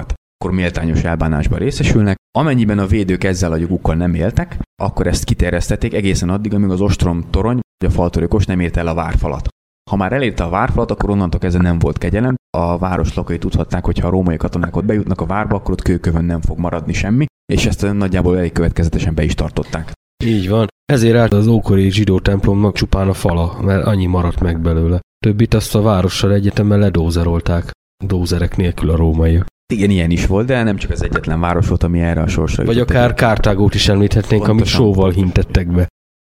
akkor méltányos elbánásban részesülnek. Amennyiben a védők ezzel a jogukkal nem éltek, akkor ezt kiterjesztették egészen addig, amíg az ostrom torony vagy a faltorokos nem ért el a várfalat. Ha már elérte a várfalat, akkor onnantól kezdve nem volt kegyelem. A város lakói tudhatták, hogy ha a római katonák ott bejutnak a várba, akkor ott kőkövön nem fog maradni semmi, és ezt nagyjából elég következetesen be is tartották. Így van. Ezért állt az ókori zsidó templomnak csupán a fala, mert annyi maradt meg belőle. Többit azt a várossal egyetemben ledózerolták, dózerek nélkül a rómaiak. Igen, ilyen is volt, de nem csak az egyetlen város volt, ami erre a sorsra Vagy jutott. akár Kartágót is említhetnénk, amit sóval hintettek be.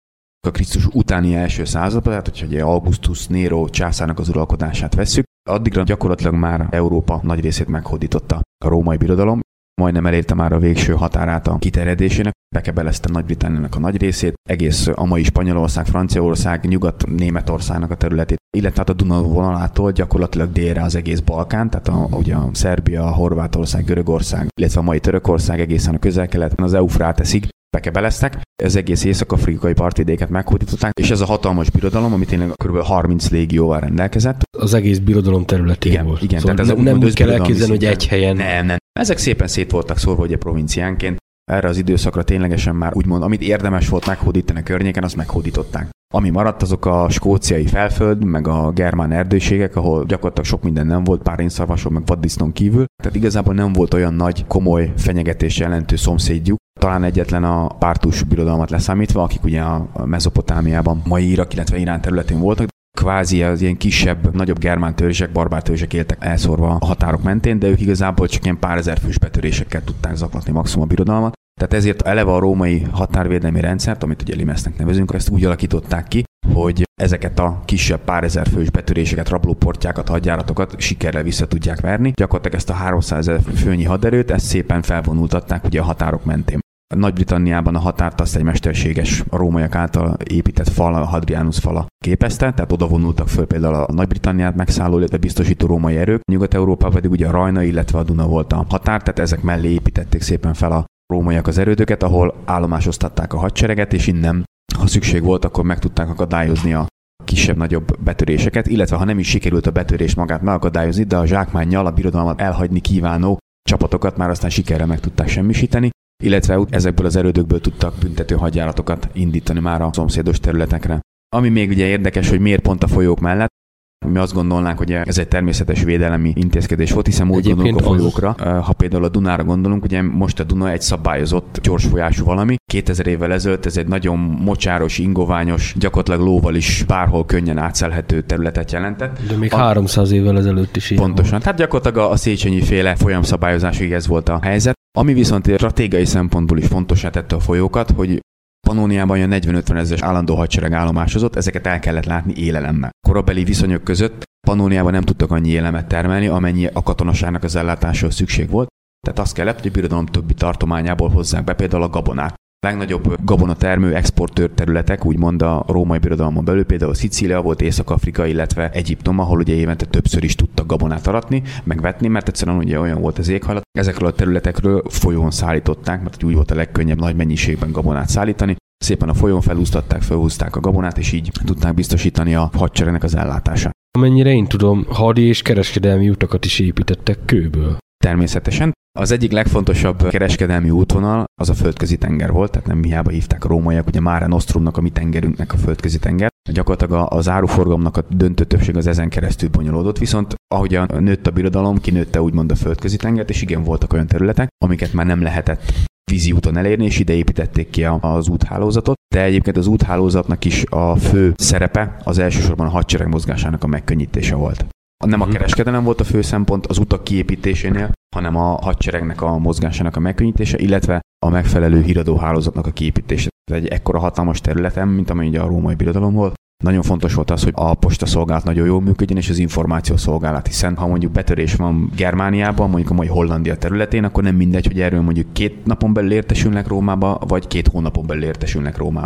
A Krisztus utáni első században, tehát hogyha ugye Augustus Nero császárnak az uralkodását vesszük, addigra gyakorlatilag már Európa nagy részét meghódította a római birodalom, majdnem elérte már a végső határát a kiterjedésének, bekebelezte Nagy-Britanniának a nagy részét, egész a mai Spanyolország, Franciaország, Nyugat-Németországnak a területét, illetve hát a Duna vonalától gyakorlatilag délre az egész Balkán, tehát a, ugye a Szerbia, Horvátország, Görögország, illetve a mai Törökország egészen a közel-keleten az Eufráteszig bekebeleztek, az egész észak-afrikai partvidéket meghódították, és ez a hatalmas birodalom, ami tényleg kb. harminc légióval rendelkezett. Az egész birodalom területén igen, volt. Igen, szóval tehát ez nem, nem úgy kell elképzelni, hogy egy helyen. Nem, nem. Ezek szépen szét voltak szórva ugye provinciánként. Erre az időszakra ténylegesen már úgymond, amit érdemes volt meghódítani a környéken, azt meghódították. Ami maradt, azok a skóciai felföld, meg a germán erdőségek, ahol gyakorlatilag sok minden nem volt, párénszarvason, meg vaddisznón kívül. Tehát igazából nem volt olyan nagy, komoly fenyegetés jelentő szomszédjuk. Talán egyetlen a pártus birodalmat leszámítva, akik ugye a Mezopotámiában, mai Irak, illetve Irán területén voltak. Kvázi az ilyen kisebb, nagyobb germán törzsek, barbár törzsek éltek elszórva a határok mentén, de ők igazából csak ilyen pár ezer fős betörésekkel tudták zaklatni maximum a birodalmat. Tehát ezért eleve a római határvédelmi rendszert, amit ugye Limesznek nevezünk, ezt úgy alakították ki, hogy ezeket a kisebb pár ezer fős betöréseket, rablóportyákat, hadjáratokat sikerrel vissza tudják verni. Gyakorlatilag ezt a háromszázezer főnyi haderőt, ezt szépen felvonultatták ugye a határok mentén. Nagy-Britanniában a határt azt egy mesterséges, a rómaiak által épített fal, a Hadrianus fala képezte, tehát oda vonultak föl például a Nagy-Britanniát megszálló, illetve biztosító római erők. Nyugat-Európában pedig ugye a Rajna, illetve a Duna volt a határ, tehát ezek mellé építették szépen fel a rómaiak az erődöket, ahol állomásoztatták a hadsereget, és innen, ha szükség volt, akkor meg tudták akadályozni a kisebb-nagyobb betöréseket, illetve ha nem is sikerült a betörés magát megakadályozni, de a zsákmánnyal a birodalmat elhagyni kívánó csapatokat már aztán sikerrel meg tudták semmisíteni, illetve ezekből az erődökből tudtak büntető hadjáratokat indítani már a szomszédos területekre. Ami még ugye érdekes, hogy miért pont a folyók mellett, mi azt gondolnánk, hogy ez egy természetes védelemi intézkedés volt, hiszen úgy gondolunk a folyókra. Az... Ha például a Dunára gondolunk, ugye most a Duna egy szabályozott, gyors folyású valami. kétezer évvel ezelőtt ez egy nagyon mocsáros, ingoványos, gyakorlatilag lóval is bárhol könnyen átszelhető területet jelentett. De még a... háromszáz évvel ezelőtt is így. Pontosan. Volt. Tehát gyakorlatilag a Széchenyi féle folyamszabályozásig ez volt a helyzet. Ami viszont stratégiai szempontból is fontosá tette a folyókat, hogy Pannóniában olyan negyven-ötven ezeres állandó hadsereg állomásozott, ezeket el kellett látni élelemmel. Korabeli viszonyok között Pannóniában nem tudtak annyi élemet termelni, amennyi a katonaságnak az ellátásához szükség volt. Tehát azt kellett, hogy a birodalom többi tartományából hozzák be például a gabonát. A legnagyobb gabonatermő exportőr területek, úgymond a római birodalmon belül, például Szicília volt, Észak-Afrika, illetve Egyiptom, ahol ugye évente többször is tudtak gabonát aratni, megvetni, mert egyszerűen ugye olyan volt az éghajlat. Ezekről a területekről folyón szállították, mert úgy volt a legkönnyebb nagy mennyiségben gabonát szállítani. Szépen a folyón felúsztatták, felhúzták a gabonát, és így tudták biztosítani a hadseregnek az ellátását. Amennyire én tudom, hadi és kereskedelmi utakat is építettek kőből. Természetesen. Az egyik legfontosabb kereskedelmi útvonal az a földközi tenger volt, tehát nem hiába hívták a rómaiak, ugye Mare Nostrumnak, a mi tengerünknek a földközi tenger. Gyakorlatilag az áruforgalomnak a döntő többség az ezen keresztül bonyolódott, viszont ahogyan nőtt a birodalom, kinőtte úgymond a földközi tengert, és igen, voltak olyan területek, amiket már nem lehetett vízi úton elérni, és ide építették ki az úthálózatot. De egyébként az úthálózatnak is a fő szerepe az elsősorban a hadsereg mozgásának a megkönnyítése volt. Nem a kereskedelem volt a fő szempont az utak kiépítésénél, hanem a hadseregnek a mozgásának a megkönnyítése, illetve a megfelelő híradóhálózatnak a kiépítése. Egy ekkora hatalmas területen, mint amely a római birodalom volt. Nagyon fontos volt az, hogy a postaszolgálat nagyon jól működjön, és az információszolgálat, hiszen ha mondjuk betörés van Germániában, mondjuk a mai Hollandia területén, akkor nem mindegy, hogy erről mondjuk két napon belül értesülnek Rómába, vagy két hónapon belül értesülnek Rómába.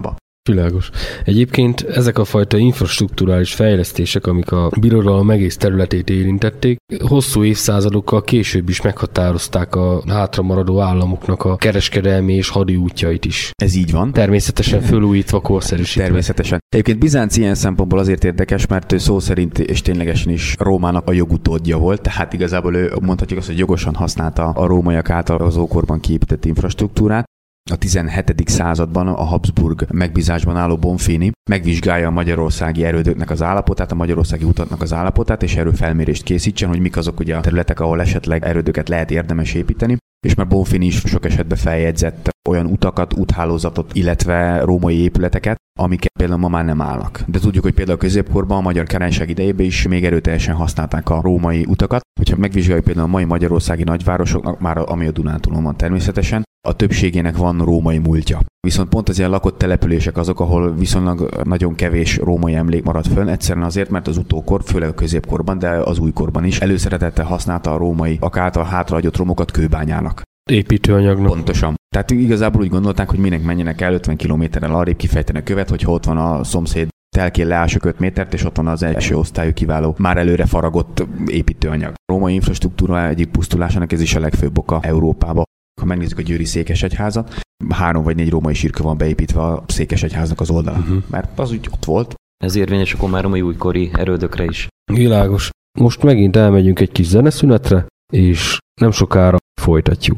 Világos. Egyébként ezek a fajta infrastrukturális fejlesztések, amik a birodalom egész területét érintették, hosszú évszázadokkal később is meghatározták a hátramaradó államoknak a kereskedelmi és hadi útjait is. Ez így van. Természetesen fölújítva, korszerűsítve. Természetesen. Egyébként Bizánc ilyen szempontból azért érdekes, mert ő szó szerint és ténylegesen is Rómának a jogutódja volt, tehát igazából ő mondhatjuk azt, hogy jogosan használta a rómaiak által az ókorban kiépített infrastruktúrát. A tizenhetedik században a Habsburg megbízásban álló Bonfini megvizsgálja a magyarországi erődöknek az állapotát, a magyarországi utaknak az állapotát, és erről felmérést készítsen, hogy mik azok ugye a területek, ahol esetleg erődöket lehet érdemes építeni. És már Bonfini is sok esetben feljegyzett olyan utakat, úthálózatot, illetve római épületeket, amiket például ma már nem állnak. De tudjuk, hogy például a középkorban, a Magyar Királyság idejében is még erőteljesen használták a római utakat. Hogyha megvizsgáljuk például a mai magyarországi nagyvárosoknak, már ami a Dunántúlon van természetesen, a többségének van római múltja. Viszont pont az ilyen lakott települések azok, ahol viszonylag nagyon kevés római emlék maradt fönn, egyszerűen azért, mert az utókor, főleg a középkorban, de az újkorban is előszeretettel használta a római akáltal hátrahagyott romokat kőbányának. Építőanyagnak. Pontosan. Tehát igazából úgy gondolták, hogy minek menjenek el ötven kilométerrel arrébb kifejteni a követ, hogyha ott van a szomszéd telkén leások öt métert, és ott van az első osztályú kiváló, már előre faragott építőanyag. A római infrastruktúra egyik pusztulásának ez is a legfőbb oka Európában. Ha megnézzük a győri székesegyházat, három vagy négy római sírkő van beépítve a székesegyháznak az oldalán, uh-huh. mert az úgy ott volt. Ez érvényes akkor már római újkori erődökre is. Világos. Most megint elmegyünk egy kis zeneszünetre, és nem sokára folytatjuk.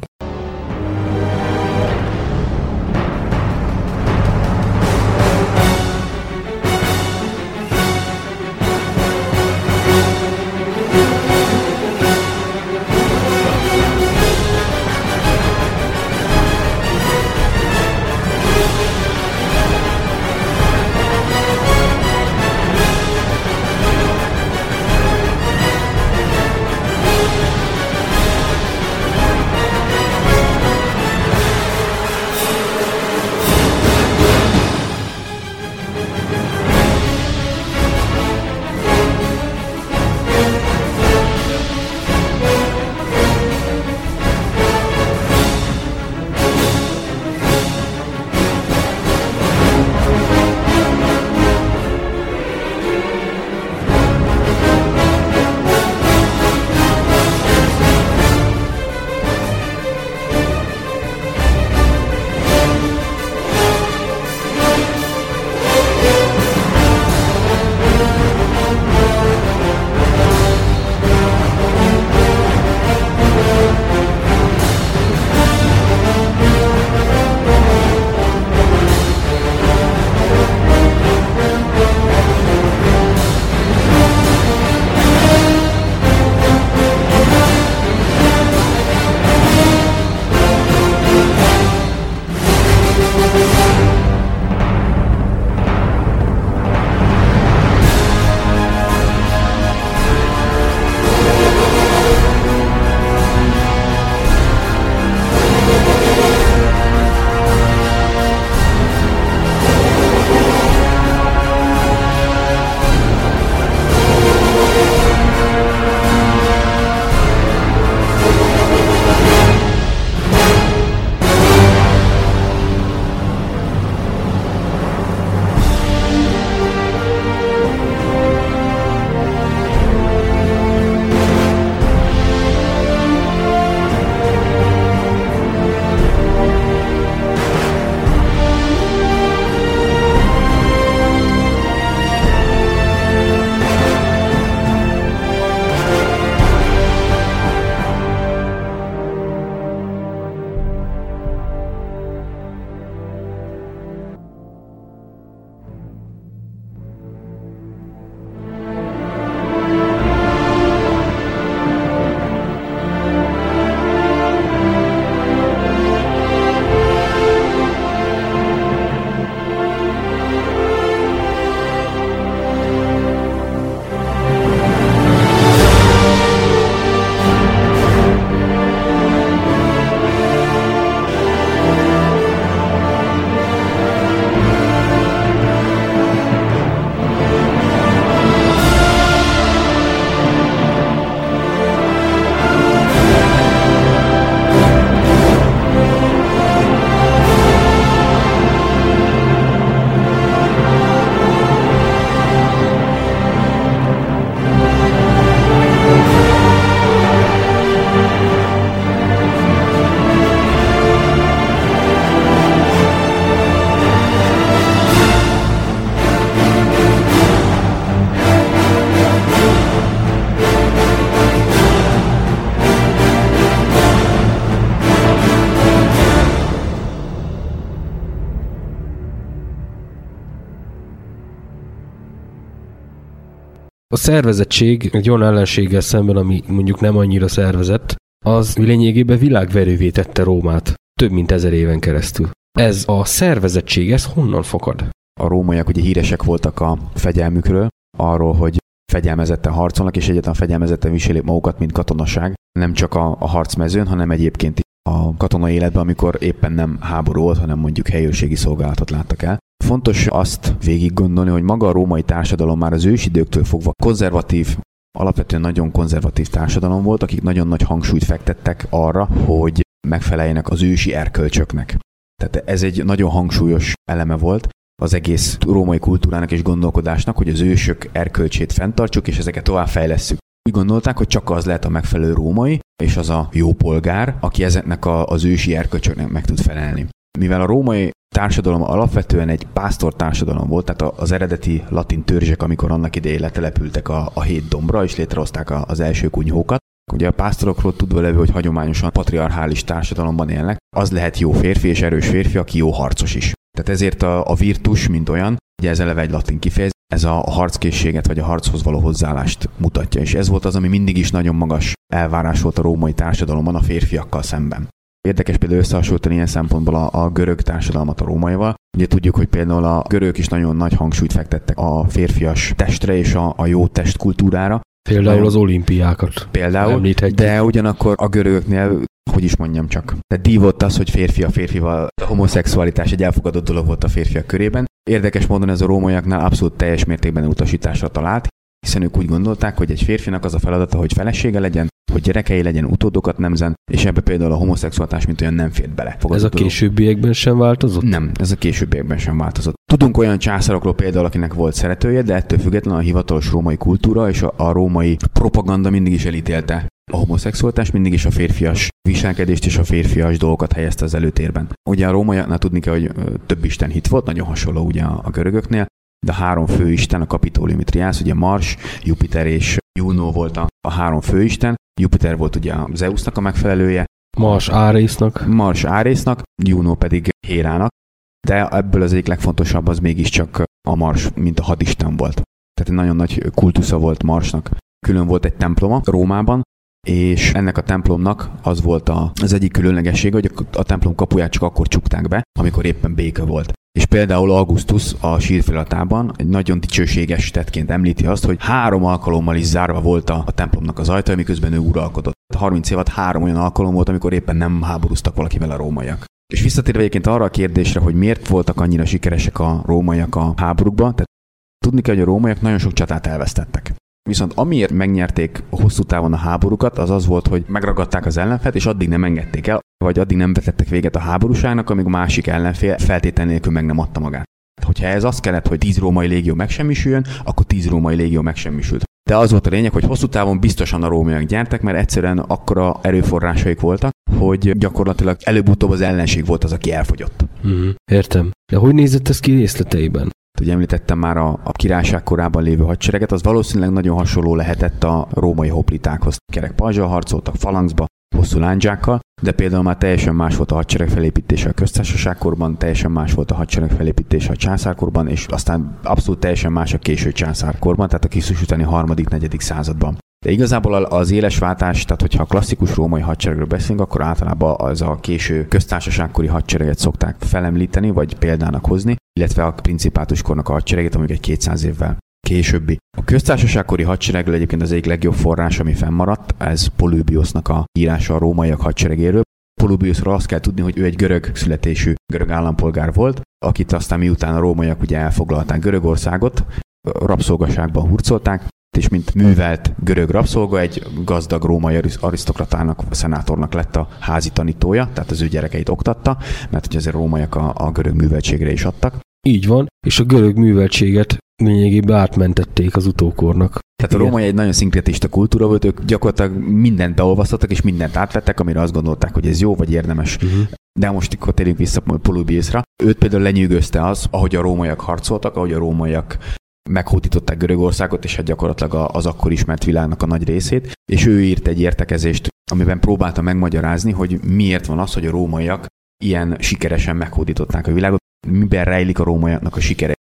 A szervezettség egy olyan ellenséggel szemben, ami mondjuk nem annyira szervezett, az lényegében világverővé tette Rómát több mint ezer éven keresztül. Ez a szervezettség, ez honnan fakad? A rómaiak ugye híresek voltak a fegyelmükről, arról, hogy fegyelmezetten harcolnak, és egyáltalán fegyelmezetten viselik magukat, mint katonaság. Nem csak a, a harcmezőn, hanem egyébként a katonai életben, amikor éppen nem háború volt, hanem mondjuk helyőrségi szolgálatot láttak el. Fontos azt végig gondolni, hogy maga a római társadalom már az ősidőktől fogva konzervatív, alapvetően nagyon konzervatív társadalom volt, akik nagyon nagy hangsúlyt fektettek arra, hogy megfeleljenek az ősi erkölcsöknek. Tehát ez egy nagyon hangsúlyos eleme volt az egész római kultúrának és gondolkodásnak, hogy az ősök erkölcsét fenntartsuk, és ezeket továbbfejlesszük. Úgy gondolták, hogy csak az lehet a megfelelő római, és az a jó polgár, aki ezeknek a, az ősi erkölcsöknek meg tud felelni. Mivel a római társadalom alapvetően egy pásztor társadalom volt, tehát az eredeti latin törzsek, amikor annak idején letelepültek a, a hét dombra, és létrehozták a, az első kunyhókat. Ugye a pásztorokról tudva levő, hogy hagyományosan patriarchális társadalomban élnek, az lehet jó férfi és erős férfi, aki jó harcos is. Tehát ezért a, a virtus, mint olyan, ugye ez eleve egy latin kifejezés, ez a harckészséget vagy a harchoz való hozzáállást mutatja, és ez volt az, ami mindig is nagyon magas elvárás volt a római társadalomban a férfiakkal szemben. Érdekes például összehasonlítani ilyen szempontból a, a görög társadalmat a rómaival. Ugye tudjuk, hogy például a görögök is nagyon nagy hangsúlyt fektettek a férfias testre és a, a jó testkultúrára. Például nagyon, az olimpiákat Például, említhetjük. De ugyanakkor a görögöknél, hogy is mondjam csak, tehát dívott az, hogy férfi a férfival, a homoszexualitás egy elfogadott dolog volt a férfiak körében. Érdekes módon ez a rómaiaknál abszolút teljes mértékben utasításra talált, hiszen ők úgy gondolták, hogy egy férfinak az a feladata, hogy felesége legyen, hogy gyerekei legyen, utódokat nemzen, és ebbe például a homoszexualitás mint olyan nem fért bele. Ez a későbbiekben sem változott? Nem, ez a későbbiekben sem változott. Tudunk olyan császárokról például, akinek volt szeretője, de ettől függetlenül a hivatalos római kultúra és a, a római propaganda mindig is elítélte a homoszexualitás, mindig is a férfias viselkedést és a férfias dolgokat helyezte az előtérben. Ugye a rómaiaknál tudni kell, hogy több isten hit volt, nagyon hasonló ugye a, a görögöknél, de a három főisten, a kapitóliumi triász, ugye Mars, Jupiter és Juno volt a, a három főisten. Jupiter volt ugye a Zeusnak a megfelelője. Mars Árésznak. Mars Árésznak, Juno pedig Hérának. De ebből az egyik legfontosabb az mégiscsak a Mars, mint a hadisten volt. Tehát egy nagyon nagy kultusza volt Marsnak. Külön volt egy temploma Rómában, és ennek a templomnak az volt a, az egyik különlegessége, hogy a templom kapuját csak akkor csukták be, amikor éppen béke volt. És például Augustus a sírfeliratában egy nagyon dicsőséges tettként említi azt, hogy három alkalommal is zárva volt a, a templomnak az ajtaja, miközben ő uralkodott. harminc év alatt három olyan alkalom volt, amikor éppen nem háborúztak valakivel a rómaiak. És visszatérve egyébként arra a kérdésre, hogy miért voltak annyira sikeresek a rómaiak a háborúkban, tehát tudni kell, hogy a rómaiak nagyon sok csatát elvesztettek. Viszont amiért megnyerték hosszú távon a háborúkat, az az volt, hogy megragadták az ellenfelet, és addig nem engedték el, vagy addig nem vetettek véget a háborúságnak, amíg a másik ellenfél feltétel nélkül meg nem adta magát. Hogyha ez azt kellett, hogy tíz római légió megsemmisüljön, akkor tíz római légió megsemmisült. De az volt a lényeg, hogy hosszú távon biztosan a rómaiak gyertek, mert egyszerűen akkora erőforrásaik voltak, hogy gyakorlatilag előbb-utóbb az ellenség volt az, aki elfogyott. Mm, értem. De hogy nézett ez ki részleteiben? Ugye említettem már a, a királyság korában lévő hadsereget, az valószínűleg nagyon hasonló lehetett a római hoplitákhoz. Kerek pajzsal harcoltak, falanxba, hosszú lándzsákkal, de például már teljesen más volt a hadsereg felépítése a köztársaságkorban, teljesen más volt a hadsereg felépítése a császárkorban, és aztán abszolút teljesen más a késő császárkorban, tehát a Krisztus utáni harmadik, negyedik században. De igazából az éles váltás, tehát hogyha a klasszikus római hadseregről beszélünk, akkor általában az a késő köztársaságkori hadsereget szokták felemlíteni, vagy példának hozni, illetve a principátuskornak a hadseregét, amik egy kétszáz évvel későbbi. A köztársaságkori hadseregről egyébként az egyik legjobb forrás, ami fennmaradt, ez Polybiosnak a írása a rómaiak hadseregéről. Polybiosról azt kell tudni, hogy ő egy görög születésű görög állampolgár volt, akit aztán miután a rómaiak ugye elfoglalták Görögországot, rabszolgaságban hurcolták, és mint művelt görög rabszolga egy gazdag római arisztokratának, szenátornak lett a házi tanítója, tehát az ő gyerekeit oktatta, mert hogy azért a rómaiak a, a görög műveltségre is adtak. Így van, és a görög műveltséget lényegében átmentették az utókornak. Tehát a római egy nagyon szinkretista kultúra volt, ők gyakorlatilag mindent beolvasztottak, és mindent átvettek, amire azt gondolták, hogy ez jó vagy érdemes. Uh-huh. De most akkor térjünk vissza Polybiosra. Őt például lenyűgözte az, ahogy a rómaiak harcoltak, ahogy a rómaiak meghódították Görögországot, és hát gyakorlatilag az akkor ismert világnak a nagy részét, és ő írt egy értekezést, amiben próbálta megmagyarázni, hogy miért van az, hogy a rómaiak ilyen sikeresen meghódították a világot, miben rejlik a rómaiaknak a sikere.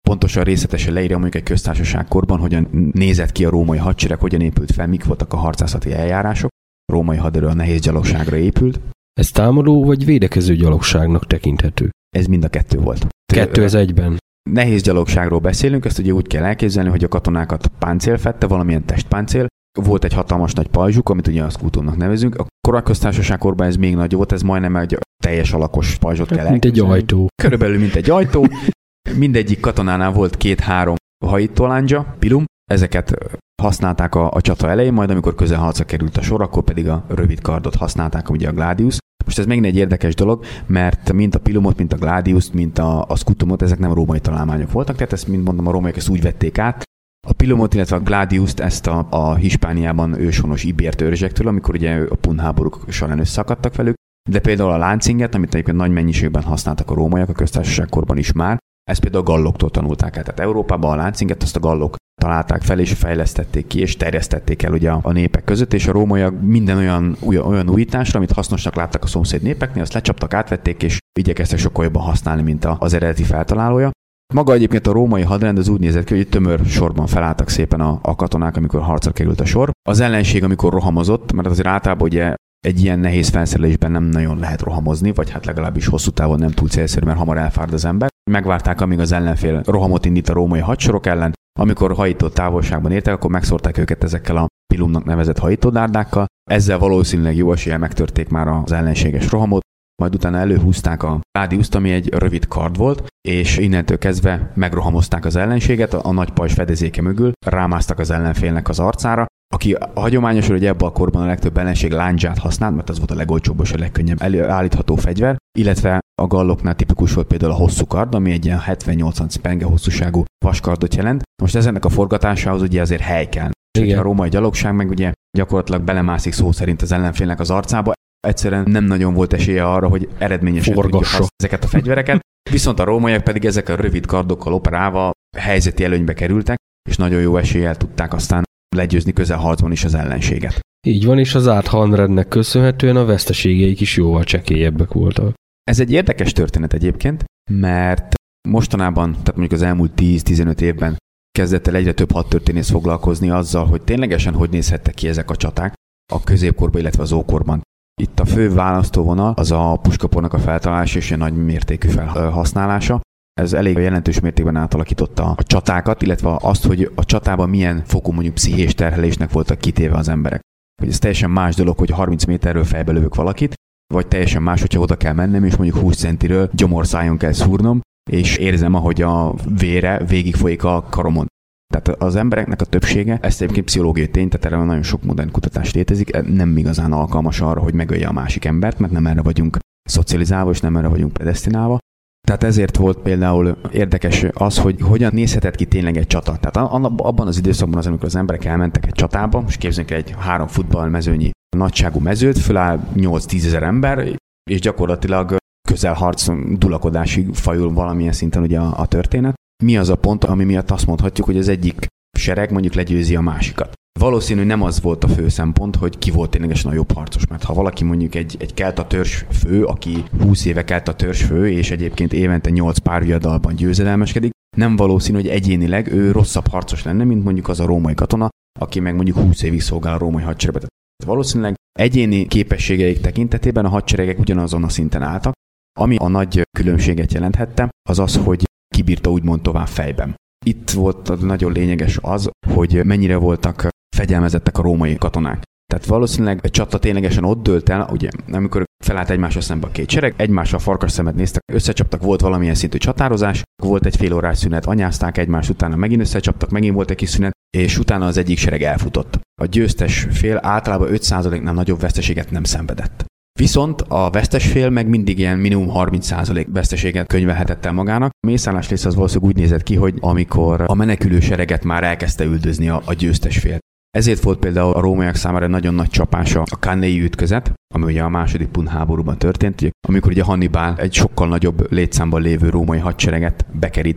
pontosan részletesen leírja mondjuk egy köztársaságkorban, hogyan nézett ki a római hadsereg, hogyan épült fel, mik voltak a harcászati eljárások. A római haderő a nehéz gyalogságra épült. Ez támadó vagy védekező gyalogságnak tekinthető? Ez mind a kettő volt. Kettő ez egyben. Nehéz gyalogságról beszélünk, ezt ugye úgy kell elképzelni, hogy a katonákat páncél fedte, valamilyen testpáncél. Volt egy hatalmas nagy pajzsuk, amit ugye a szkútumnak nevezünk. A koraköztársaságkorban ez még nagyobb volt, ez majdnem egy teljes alakos pajzsot kell elképzelni. Mint egy ajtó. Körülbelül mint egy ajtó. Mindegyik katonánál volt két-három hajítólándzsa, pilum. Ezeket használták a, a csata elején, majd amikor közelharcra került a sor, akkor pedig a rövid kardot használták, ugye a gladius. Most ez még egy érdekes dolog, mert mint a pilumot, mint a gladiust, mint a, a scutumot, ezek nem római találmányok voltak, tehát ezt, mint mondom, a rómaiak ezt úgy vették át. A pilumot, illetve a gladiust ezt a, a Hispániában őshonos ibér törzsektől, amikor ugye a pun háborúk során összeakadtak velük, de például a láncinget, amit egyébként nagy mennyiségben használtak a rómaiak a köztársaságkorban is már, ezt például a galloktól tanulták el. Tehát Európában a láncinget azt a gallok találták fel, és fejlesztették ki, és terjesztették el ugye a népek között, és a rómaiak minden olyan, olyan újításra, amit hasznosnak láttak a szomszéd népeknél, azt lecsaptak, átvették, és igyekeztek sokkal jobban használni, mint az eredeti feltalálója. Maga egyébként a római hadrend az úgy nézett ki, hogy tömör sorban felálltak szépen a, a katonák, amikor harcra került a sor. Az ellenség, amikor rohamozott, mert azért általában ugye egy ilyen nehéz felszerelésben nem nagyon lehet rohamozni, vagy hát legalábbis hosszú távon nem túl célszerű, mert hamar elfárad az ember. Megvárták, amíg az ellenfél rohamot indít a római hadsorok ellen. Amikor hajított távolságban értek, akkor megszórták őket ezekkel a pilumnak nevezett hajítódárdákkal. Ezzel valószínűleg jó eséllyel megtörték már az ellenséges rohamot, majd utána előhúzták a gladiuszt, ami egy rövid kard volt, és innentől kezdve megrohamozták az ellenséget a nagy pajzs fedezéke mögül, rámásztak az ellenfélnek az arcára, aki hagyományosan, hogy ebben a korban a legtöbb ellenség lándzsát használt, mert az volt a legolcsóbb és a legkönnyebb állítható fegyver, illetve a galloknál tipikus volt például a hosszú kard, ami egy ilyen hetven-nyolcvan penge hosszúságú vaskardot jelent. Most ezennek a forgatásához ugye azért hely kell. És a római gyalogság meg ugye gyakorlatilag belemászik szó szerint az ellenfélnek az arcába. Egyszerűen nem nagyon volt esélye arra, hogy eredményesen tudja használni ezeket a fegyvereket. Viszont a rómaiak pedig ezek a rövid kardokkal operálva helyzeti előnybe kerültek, és nagyon jó eséllyel tudták aztán legyőzni közelharcban is az ellenséget. Így van, és az zárt hadrendnek köszönhetően a veszteségeik is jóval csekélyebbek voltak. Ez egy érdekes történet egyébként, mert mostanában, tehát mondjuk az elmúlt tíz-tizenöt évben kezdett el egyre több hadtörténész foglalkozni azzal, hogy ténylegesen hogy nézhettek ki ezek a csaták a középkorban, illetve az ókorban. Itt a fő választóvonal az a puskapornak a feltalálása és a nagy mértékű felhasználása. Ez elég jelentős mértékben átalakította a csatákat, illetve azt, hogy a csatában milyen fokú mondjuk pszichés terhelésnek voltak kitéve az emberek. Hogy ez teljesen más dolog, hogy harminc méterről fejbe lövök valakit, vagy teljesen más, hogyha oda kell mennem, és mondjuk húsz centiről gyomorszájon kell szúrnom, és érzem, ahogy a vére végigfolyik a karomon. Tehát az embereknek a többsége, ezt egyébként pszichológiai tény, tehát erre nagyon sok modern kutatás létezik, nem igazán alkalmas arra, hogy megölje a másik embert, mert nem erre vagyunk szocializálva, és nem erre vagyunk predesztinálva. Tehát ezért volt például érdekes az, hogy hogyan nézhetett ki tényleg egy csata. Tehát abban az időszakban, az, amikor az emberek elmentek egy csatába, és képzeljünk egy három futballmezőnyi nagyságú mezőt, föláll nyolc-tízezer ember, és gyakorlatilag közelharc dulakodásig fajul valamilyen szinten ugye a, a történet. Mi az a pont, ami miatt azt mondhatjuk, hogy az egyik sereg mondjuk legyőzi a másikat? Valószínű nem az volt a fő szempont, hogy ki volt ténylegesen a jobb harcos, mert ha valaki mondjuk egy, egy kelta törzs fő, aki húsz éve kelta törzs fő, és egyébként évente nyolc párviadalban győzedelmeskedik, nem valószínű, hogy egyénileg ő rosszabb harcos lenne, mint mondjuk az a római katona, aki meg mondjuk húsz évig szolgál a római hadseregben. Valószínűleg egyéni képességeik tekintetében a hadseregek ugyanazon a szinten álltak. Ami a nagy különbséget jelenthette, az az, hogy kibírta úgymond tovább fejben. Itt volt nagyon lényeges az, hogy mennyire voltak fegyelmezettek a római katonák. Tehát valószínűleg egy csata ténylegesen ott dőlt el, ugye, amikor felállt egymásra szembe a két sereg, egymással farkas szemet néztek, összecsaptak, volt valamilyen szintű csatározás, volt egy fél órás szünet, anyázták egymást, utána megint összecsaptak, megint volt egy kis szünet, és utána az egyik sereg elfutott. A győztes fél általában öt százaléknál nagyobb veszteséget nem szenvedett. Viszont a vesztes fél meg mindig ilyen minimum harminc százalék veszteséget könyvelhetett el magának. A mészállás rész az valószínűleg úgy nézett ki, hogy amikor a menekülő sereget már elkezdte üldözni a, a győztes fél. Ezért volt például a rómaiak számára nagyon nagy csapása a Cannei ütközet, ami ugye a második pun háborúban történt, amikor ugye Hannibal egy sokkal nagyobb létszámban lévő római hadsereget bekerített,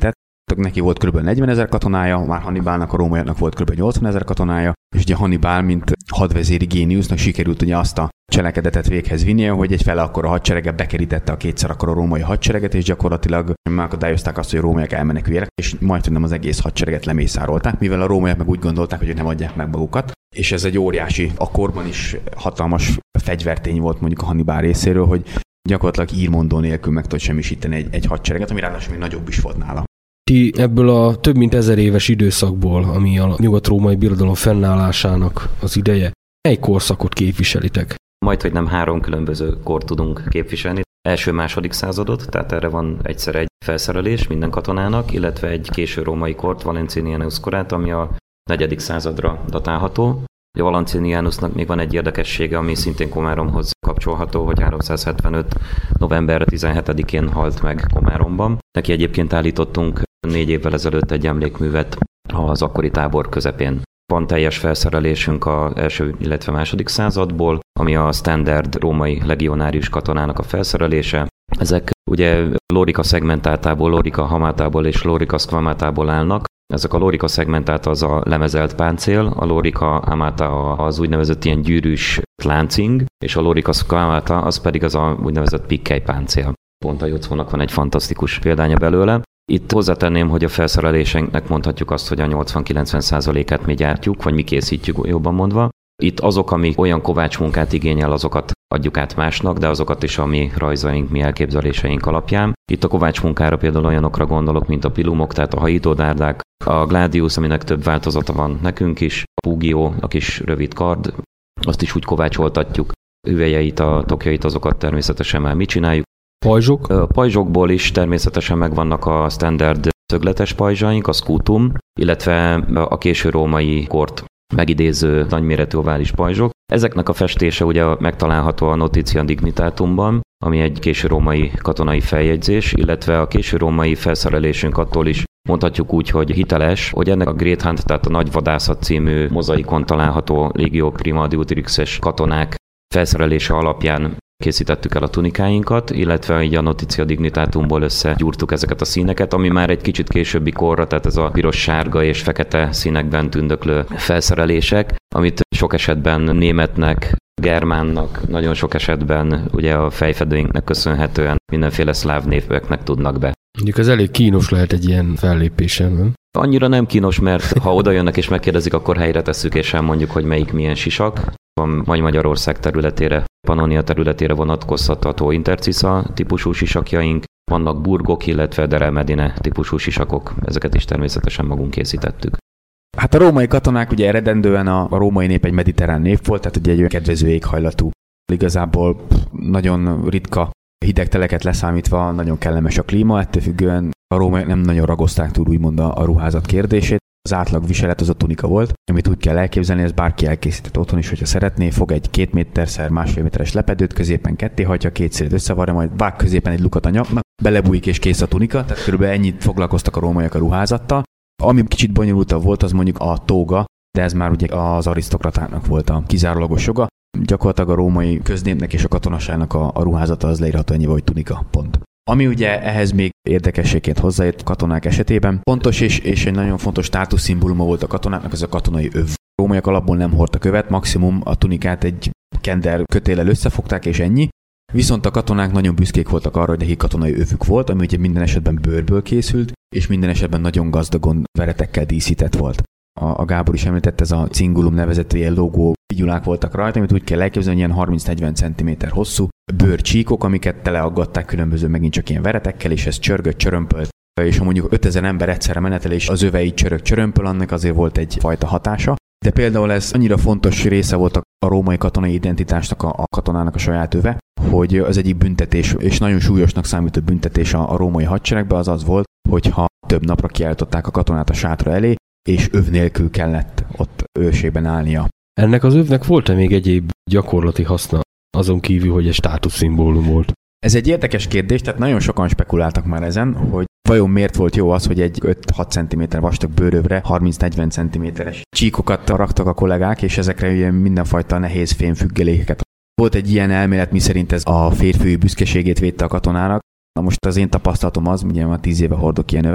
neki volt kb. negyvenezer katonája, már Hannibalnak, a rómaiaknak volt kb. nyolcvanezer katonája, és ugye Hannibal, mint hadvezéri géniusznak sikerült ugye azt a cselekedetet véghez vinnie, hogy egy fele akkora hadserege bekerítette a kétszer akkora római hadsereget, és gyakorlatilag megakadályozták azt, hogy a rómaiak elmeneküljenek, és majdnem az egész hadsereget lemészárolták, mivel a rómaiak meg úgy gondolták, hogy nem adják meg magukat. És ez egy óriási, a korban is hatalmas fegyvertény volt mondjuk a Hannibal részéről, hogy gyakorlatilag írmondó nélkül meg tudott semmisíteni egy, egy hadsereget, ami ráadásul még nagyobb is volt nála. Ti ebből a több mint ezer éves időszakból, ami a nyugat-római birodalom fennállásának az ideje, mely korszakot képviselitek? Majd, hogy nem három különböző kort tudunk képviselni. Első-második századot, tehát erre van egyszer egy felszerelés minden katonának, illetve egy késő római kort, Valentinianus korát, ami a negyedik századra datálható. A Valentinianusnak még van egy érdekessége, ami szintén Komáromhoz kapcsolható, hogy háromszázhetvenöt. november tizenhetedikén halt meg Komáromban. Neki egyébként állítottunk négy évvel ezelőtt egy emlékművet az akkori tábor közepén. Van teljes felszerelésünk az első, illetve második századból, ami a standard római legionárius katonának a felszerelése. Ezek ugye lorica segmentátából, lorica hamátából és lorica squamatából állnak. Ezek a lorica segmentáta az a lemezelt páncél, a lorica hamata az úgynevezett ilyen gyűrűs láncing, és a lorica squamata az pedig az a úgynevezett pikkely páncél. Pont a Jocónak van egy fantasztikus példánya belőle. Itt hozzátenném, hogy a felszerelésünknek mondhatjuk azt, hogy a nyolcvan-kilencven százalékát mi gyártjuk, vagy mi készítjük jobban mondva. Itt azok, ami olyan kovácsmunkát igényel, azokat adjuk át másnak, de azokat is a mi rajzaink, mi elképzeléseink alapján. Itt a kovácsmunkára például olyanokra gondolok, mint a pilumok, tehát a hajítódárdák, a gladius, aminek több változata van nekünk is, a pugio, a kis rövid kard, azt is úgy kovácsoltatjuk. Hüvelyeit, a tokjait, azokat természetesen már mi csináljuk. Pajzsok? A pajzsokból is természetesen megvannak a standard szögletes pajzsaink, a scutum, illetve a késő római kort megidéző nagyméretű ovális pajzsok. Ezeknek a festése ugye megtalálható a Notitia Dignitatumban, ami egy késő római katonai feljegyzés, illetve a késő római felszerelésünk attól is mondhatjuk úgy, hogy hiteles, hogy ennek a Great Hunt, tehát a Nagy Vadászat című mozaikon található Legio Prima Deuterixes katonák felszerelése alapján készítettük el a tunikáinkat, illetve így a Notitia Dignitatumból összegyúrtuk ezeket a színeket, ami már egy kicsit későbbi korra, tehát ez a piros, sárga és fekete színekben tündöklő felszerelések, amit sok esetben németnek, germánnak, nagyon sok esetben ugye a fejfedőinknek köszönhetően mindenféle szláv néveknek tudnak be. Mondjuk ez elég kínos lehet egy ilyen fellépésen, nem? Annyira nem kínos, mert ha oda jönnek és megkérdezik, akkor helyre tesszük és elmondjuk, hogy melyik milyen sisak. Van vagy Magyarország területére, Pannonia területére vonatkoztatható intercisza típusú sisakjaink, vannak burgok, illetve Dere Medine típusú sisakok, ezeket is természetesen magunk készítettük. Hát a római katonák ugye eredendően a, a római nép egy mediterrán nép volt, tehát ugye egy olyan kedvező éghajlatú. Igazából nagyon ritka hideg teleket leszámítva nagyon kellemes a klíma, ettől függően a rómaiak nem nagyon ragozták túl úgymond a, a ruházat kérdését. Az átlag viselet az a tunika volt, amit úgy kell elképzelni, ez bárki elkészített otthon is, hogyha szeretné, fog egy két méterszer másfél méteres lepedőt, középen ketté hagyja, két szélet összevarja, majd vág középen egy lukat a nyaknak, belebújik és kész a tunika, tehát körülbelül ennyit foglalkoztak a rómaiak a ruházattal. Ami kicsit bonyolultabb volt, az mondjuk a tóga, de ez már ugye az arisztokratáknak volt a kizárólagos joga. Gyakorlatilag a római köznépnek és a katonaságnak a, a ruházata az leírható ennyivel, hogy tunika, pont. Ami ugye ehhez még érdekességként hozzájött katonák esetében, pontos és, és egy nagyon fontos státuszszimbóluma volt a katonáknak, ez a katonai öv. A rómaiak alapból nem hordtak övet, maximum a tunikát egy kender kötéllel összefogták és ennyi. Viszont a katonák nagyon büszkék voltak arra, hogy neki katonai övük volt, ami ugye minden esetben bőrből készült, és minden esetben nagyon gazdagon veretekkel díszített volt. A, a Gábor is említett, ez a cingulum nevezető ilyen logó figyulák voltak rajta, amit úgy kell elképzelni, hogy ilyen harminc-negyven centiméter hosszú bőrcsíkok, amiket teleaggatták különböző megint csak ilyen veretekkel, és ez csörgött, csörömpölt. És ha mondjuk ötezer ember egyszerre menetel, és az övei csörög, csörömpöl, annak azért volt egy fajta hatása. De például ez annyira fontos része volt a római katonai identitásnak, a, a katonának a saját öve, hogy az egyik büntetés, és nagyon súlyosnak számító büntetés a, a római hadseregben az az volt, hogyha több napra kiállították a katonát a sátra elé, és öv nélkül kellett ott őrségben állnia. Ennek az övnek volt-e még egyéb gyakorlati haszna, azon kívül, hogy egy státuszszimbólum volt? Ez egy érdekes kérdés, tehát nagyon sokan spekuláltak már ezen, hogy vajon miért volt jó az, hogy egy öt-hat centiméter vastag bőrövre harminc-negyven centiméteres csíkokat raktak a kollégák, és ezekre ugye mindenfajta nehéz fémfüggelékeket. Volt egy ilyen elmélet, miszerint ez a férfiúi büszkeségét védte a katonának. Na most az én tapasztalatom az, ugye már tíz éve hordok ilyen övet,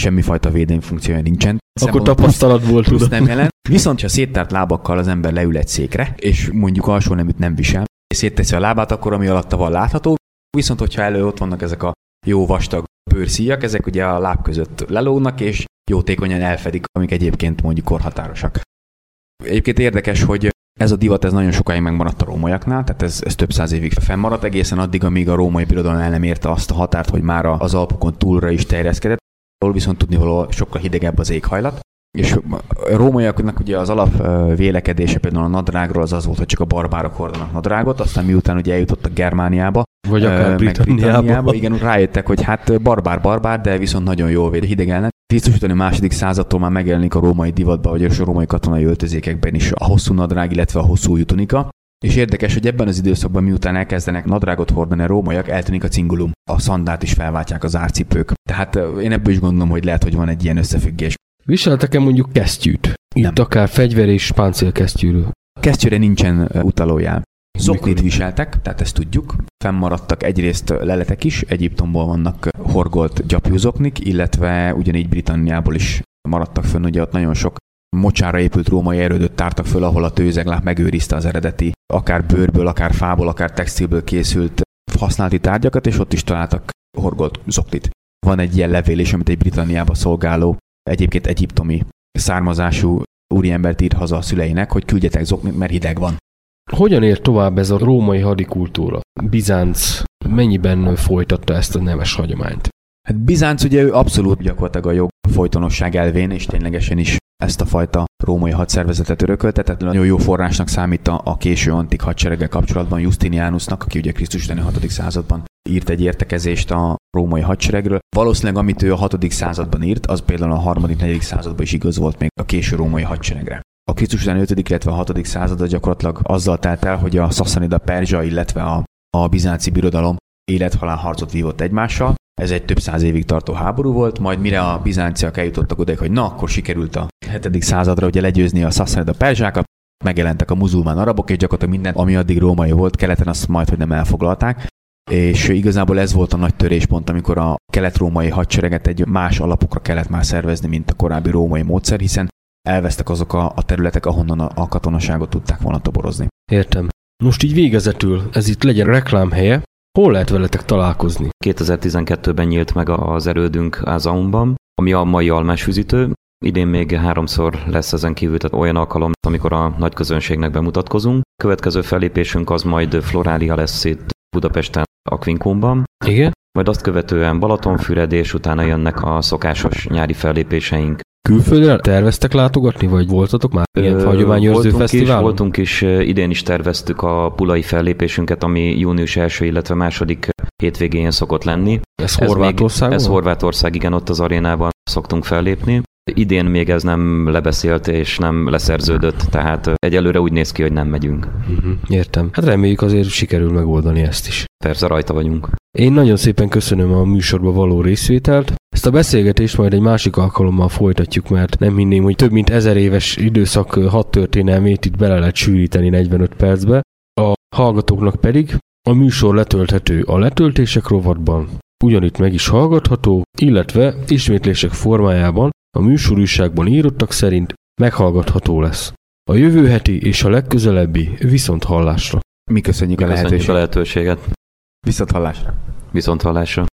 semmifajta védelmi funkciója nincsen. Akkor tapasztalat volt, plusz nem jelent. Viszont, ha széttárt lábakkal az ember leül egy székre, és mondjuk alsó neműt nem visel, és szétteszi a lábát, akkor ami alatta van látható. Viszont, hogyha elő ott vannak ezek a jó vastag bőrszíjak, ezek ugye a láb között lelógnak, és jótékonyan elfedik, amik egyébként mondjuk korhatárosak. Egyébként érdekes, hogy ez a divat ez nagyon sokáig megmaradt a rómaiaknál, tehát ez, ez több száz évig fennmaradt, egészen addig, amíg a római birodalom el nem érte azt a határt, hogy már az Alpokon túlra is terjeszkedett, ahol viszont tudnivaló sokkal hidegebb az éghajlat. És a rómaiaknak ugye az alap vélekedése például a nadrágról az az volt, hogy csak a barbárok hordanak nadrágot, aztán miután ugye eljutottak Germániába, vagy akár Britanniába. Britanniába, igen, rájöttek, hogy hát barbár-barbár, de viszont nagyon jól véd hideg ellen. Krisztus utáni második századtól már megjelenik a római divatban, vagy a római katonai öltözékekben is a hosszú nadrág, illetve a hosszú tunika. És érdekes, hogy ebben az időszakban, miután elkezdenek nadrágot hordani a rómaiak, eltűnik a cingulum. A szandát is felváltják az árcipők. Tehát én ebből is gondolom, hogy lehet, hogy van egy ilyen összefüggés. Viseltek-e mondjuk kesztyűt? Itt nem. Akár fegyver és páncélkesztyűről. Kesztyűre nincsen utalójel. Zoknit viseltek, tehát ezt tudjuk. Fennmaradtak egyrészt leletek is, Egyiptomból vannak horgolt gyapjúzoknik, illetve ugyanígy Britanniából is maradtak fönn, ugye ott nagyon sok mocsára épült római erődöt tártak föl, ahol a tőzegláp megőrizte az eredeti, akár bőrből, akár fából, akár textilből készült használati tárgyakat, és ott is találtak horgolt zoknit. Van egy ilyen levél is, amit egy Britanniába szolgáló, egyébként egyiptomi származású úriembert írt haza a szüleinek, hogy küldjetek zoknit, mert hideg van. Hogyan ér tovább ez a római hadikultúra? Bizánc mennyiben folytatta ezt a nemes hagyományt? Hát Bizánc ugye ő abszolút gyakorlatilag a jog folytonosság elvén, és ténylegesen is ezt a fajta római hadszervezetet örökölte, tehát nagyon jó forrásnak számít a, a késő antik hadsereggel kapcsolatban Justinianusnak, aki ugye Krisztus utáni hatodik században írt egy értekezést a római hadseregről. Valószínűleg amit ő a hatodik században írt, az például a harmadik negyedik században is igaz volt még a késő római hadseregre. A Krisztus utáni ötödik illetve a hatodik század gyakorlatilag azzal telt el, hogy a Szaszanida Perzsa, illetve a, a bizánci birodalom élethalál harcot vívott egymással. Ez egy több száz évig tartó háború volt, majd mire a bizánciak eljutottak oda, hogy na, akkor sikerült a hetedik századra ugye legyőzni a Szaszanida perzsákat, megjelentek a muzulmán arabok, és gyakorlatilag minden, ami addig római volt, keleten azt majd, hogy nem elfoglalták. És igazából ez volt a nagy töréspont, amikor a kelet-római hadsereget egy más alapokra kellett már szervezni, mint a korábbi római módszer, hiszen elvesztek azok a, a területek, ahonnan a, a katonaságot tudták volna toborozni. Értem. Most így végezetül, ez itt legyen reklámhelye, hol lehet veletek találkozni? kétezer-tizenkettőben nyílt meg az erődünk Ázaumban, ami a mai almásfűzítő. Idén még háromszor lesz ezen kívül, tehát olyan alkalom, amikor a nagy közönségnek bemutatkozunk. Következő fellépésünk az majd Florália lesz itt Budapesten, a Quincumban. Igen. Majd azt követően Balatonfüred, és utána jönnek a szokásos nyári fellépéseink. Külföldre terveztek látogatni, vagy voltatok már ilyen hagyományőrző fesztiválon? Voltunk is, idén is terveztük a pulai fellépésünket, ami június első, illetve második hétvégén szokott lenni. Ez, ez Horvátországban? Ez Horvátország, igen, ott az arénában szoktunk fellépni. Idén még ez nem lebeszélt és nem leszerződött, tehát egyelőre úgy néz ki, hogy nem megyünk. Uh-huh, értem. Hát reméljük azért sikerül megoldani ezt is. Persze, rajta vagyunk. Én nagyon szépen köszönöm a műsorba való részvételt. Ezt a beszélgetést majd egy másik alkalommal folytatjuk, mert nem hinném, hogy több mint ezer éves időszak hadtörténelmét itt bele lehet sűríteni negyvenöt percbe. A hallgatóknak pedig a műsor letölthető a letöltések rovatban, ugyanitt meg is hallgatható, illetve ismétlések formájában a műsorújságban írottak szerint meghallgatható lesz. A jövő heti és a legközelebbi viszonthallásra. Mi köszönjük, Mi a, köszönjük lehetőséget. a lehetőséget. Viszonthallásra. Viszonthallásra.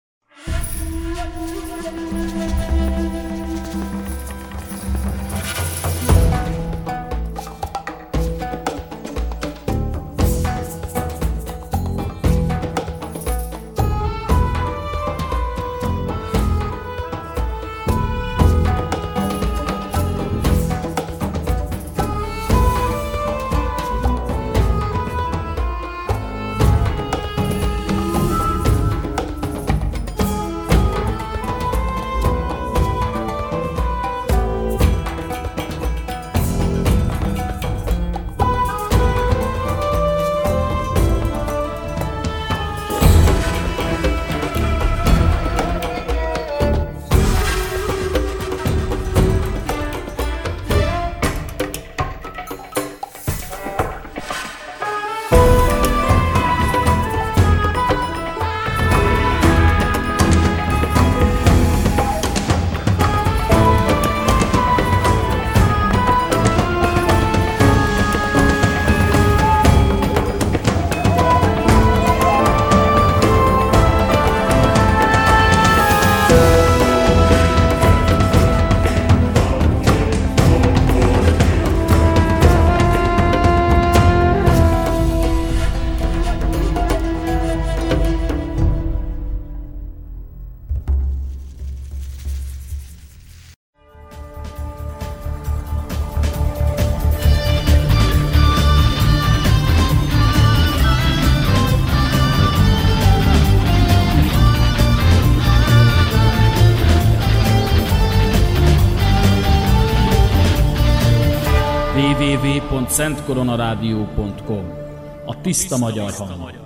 w w w pont szent koronaradio pont com. A tiszta magyar hang.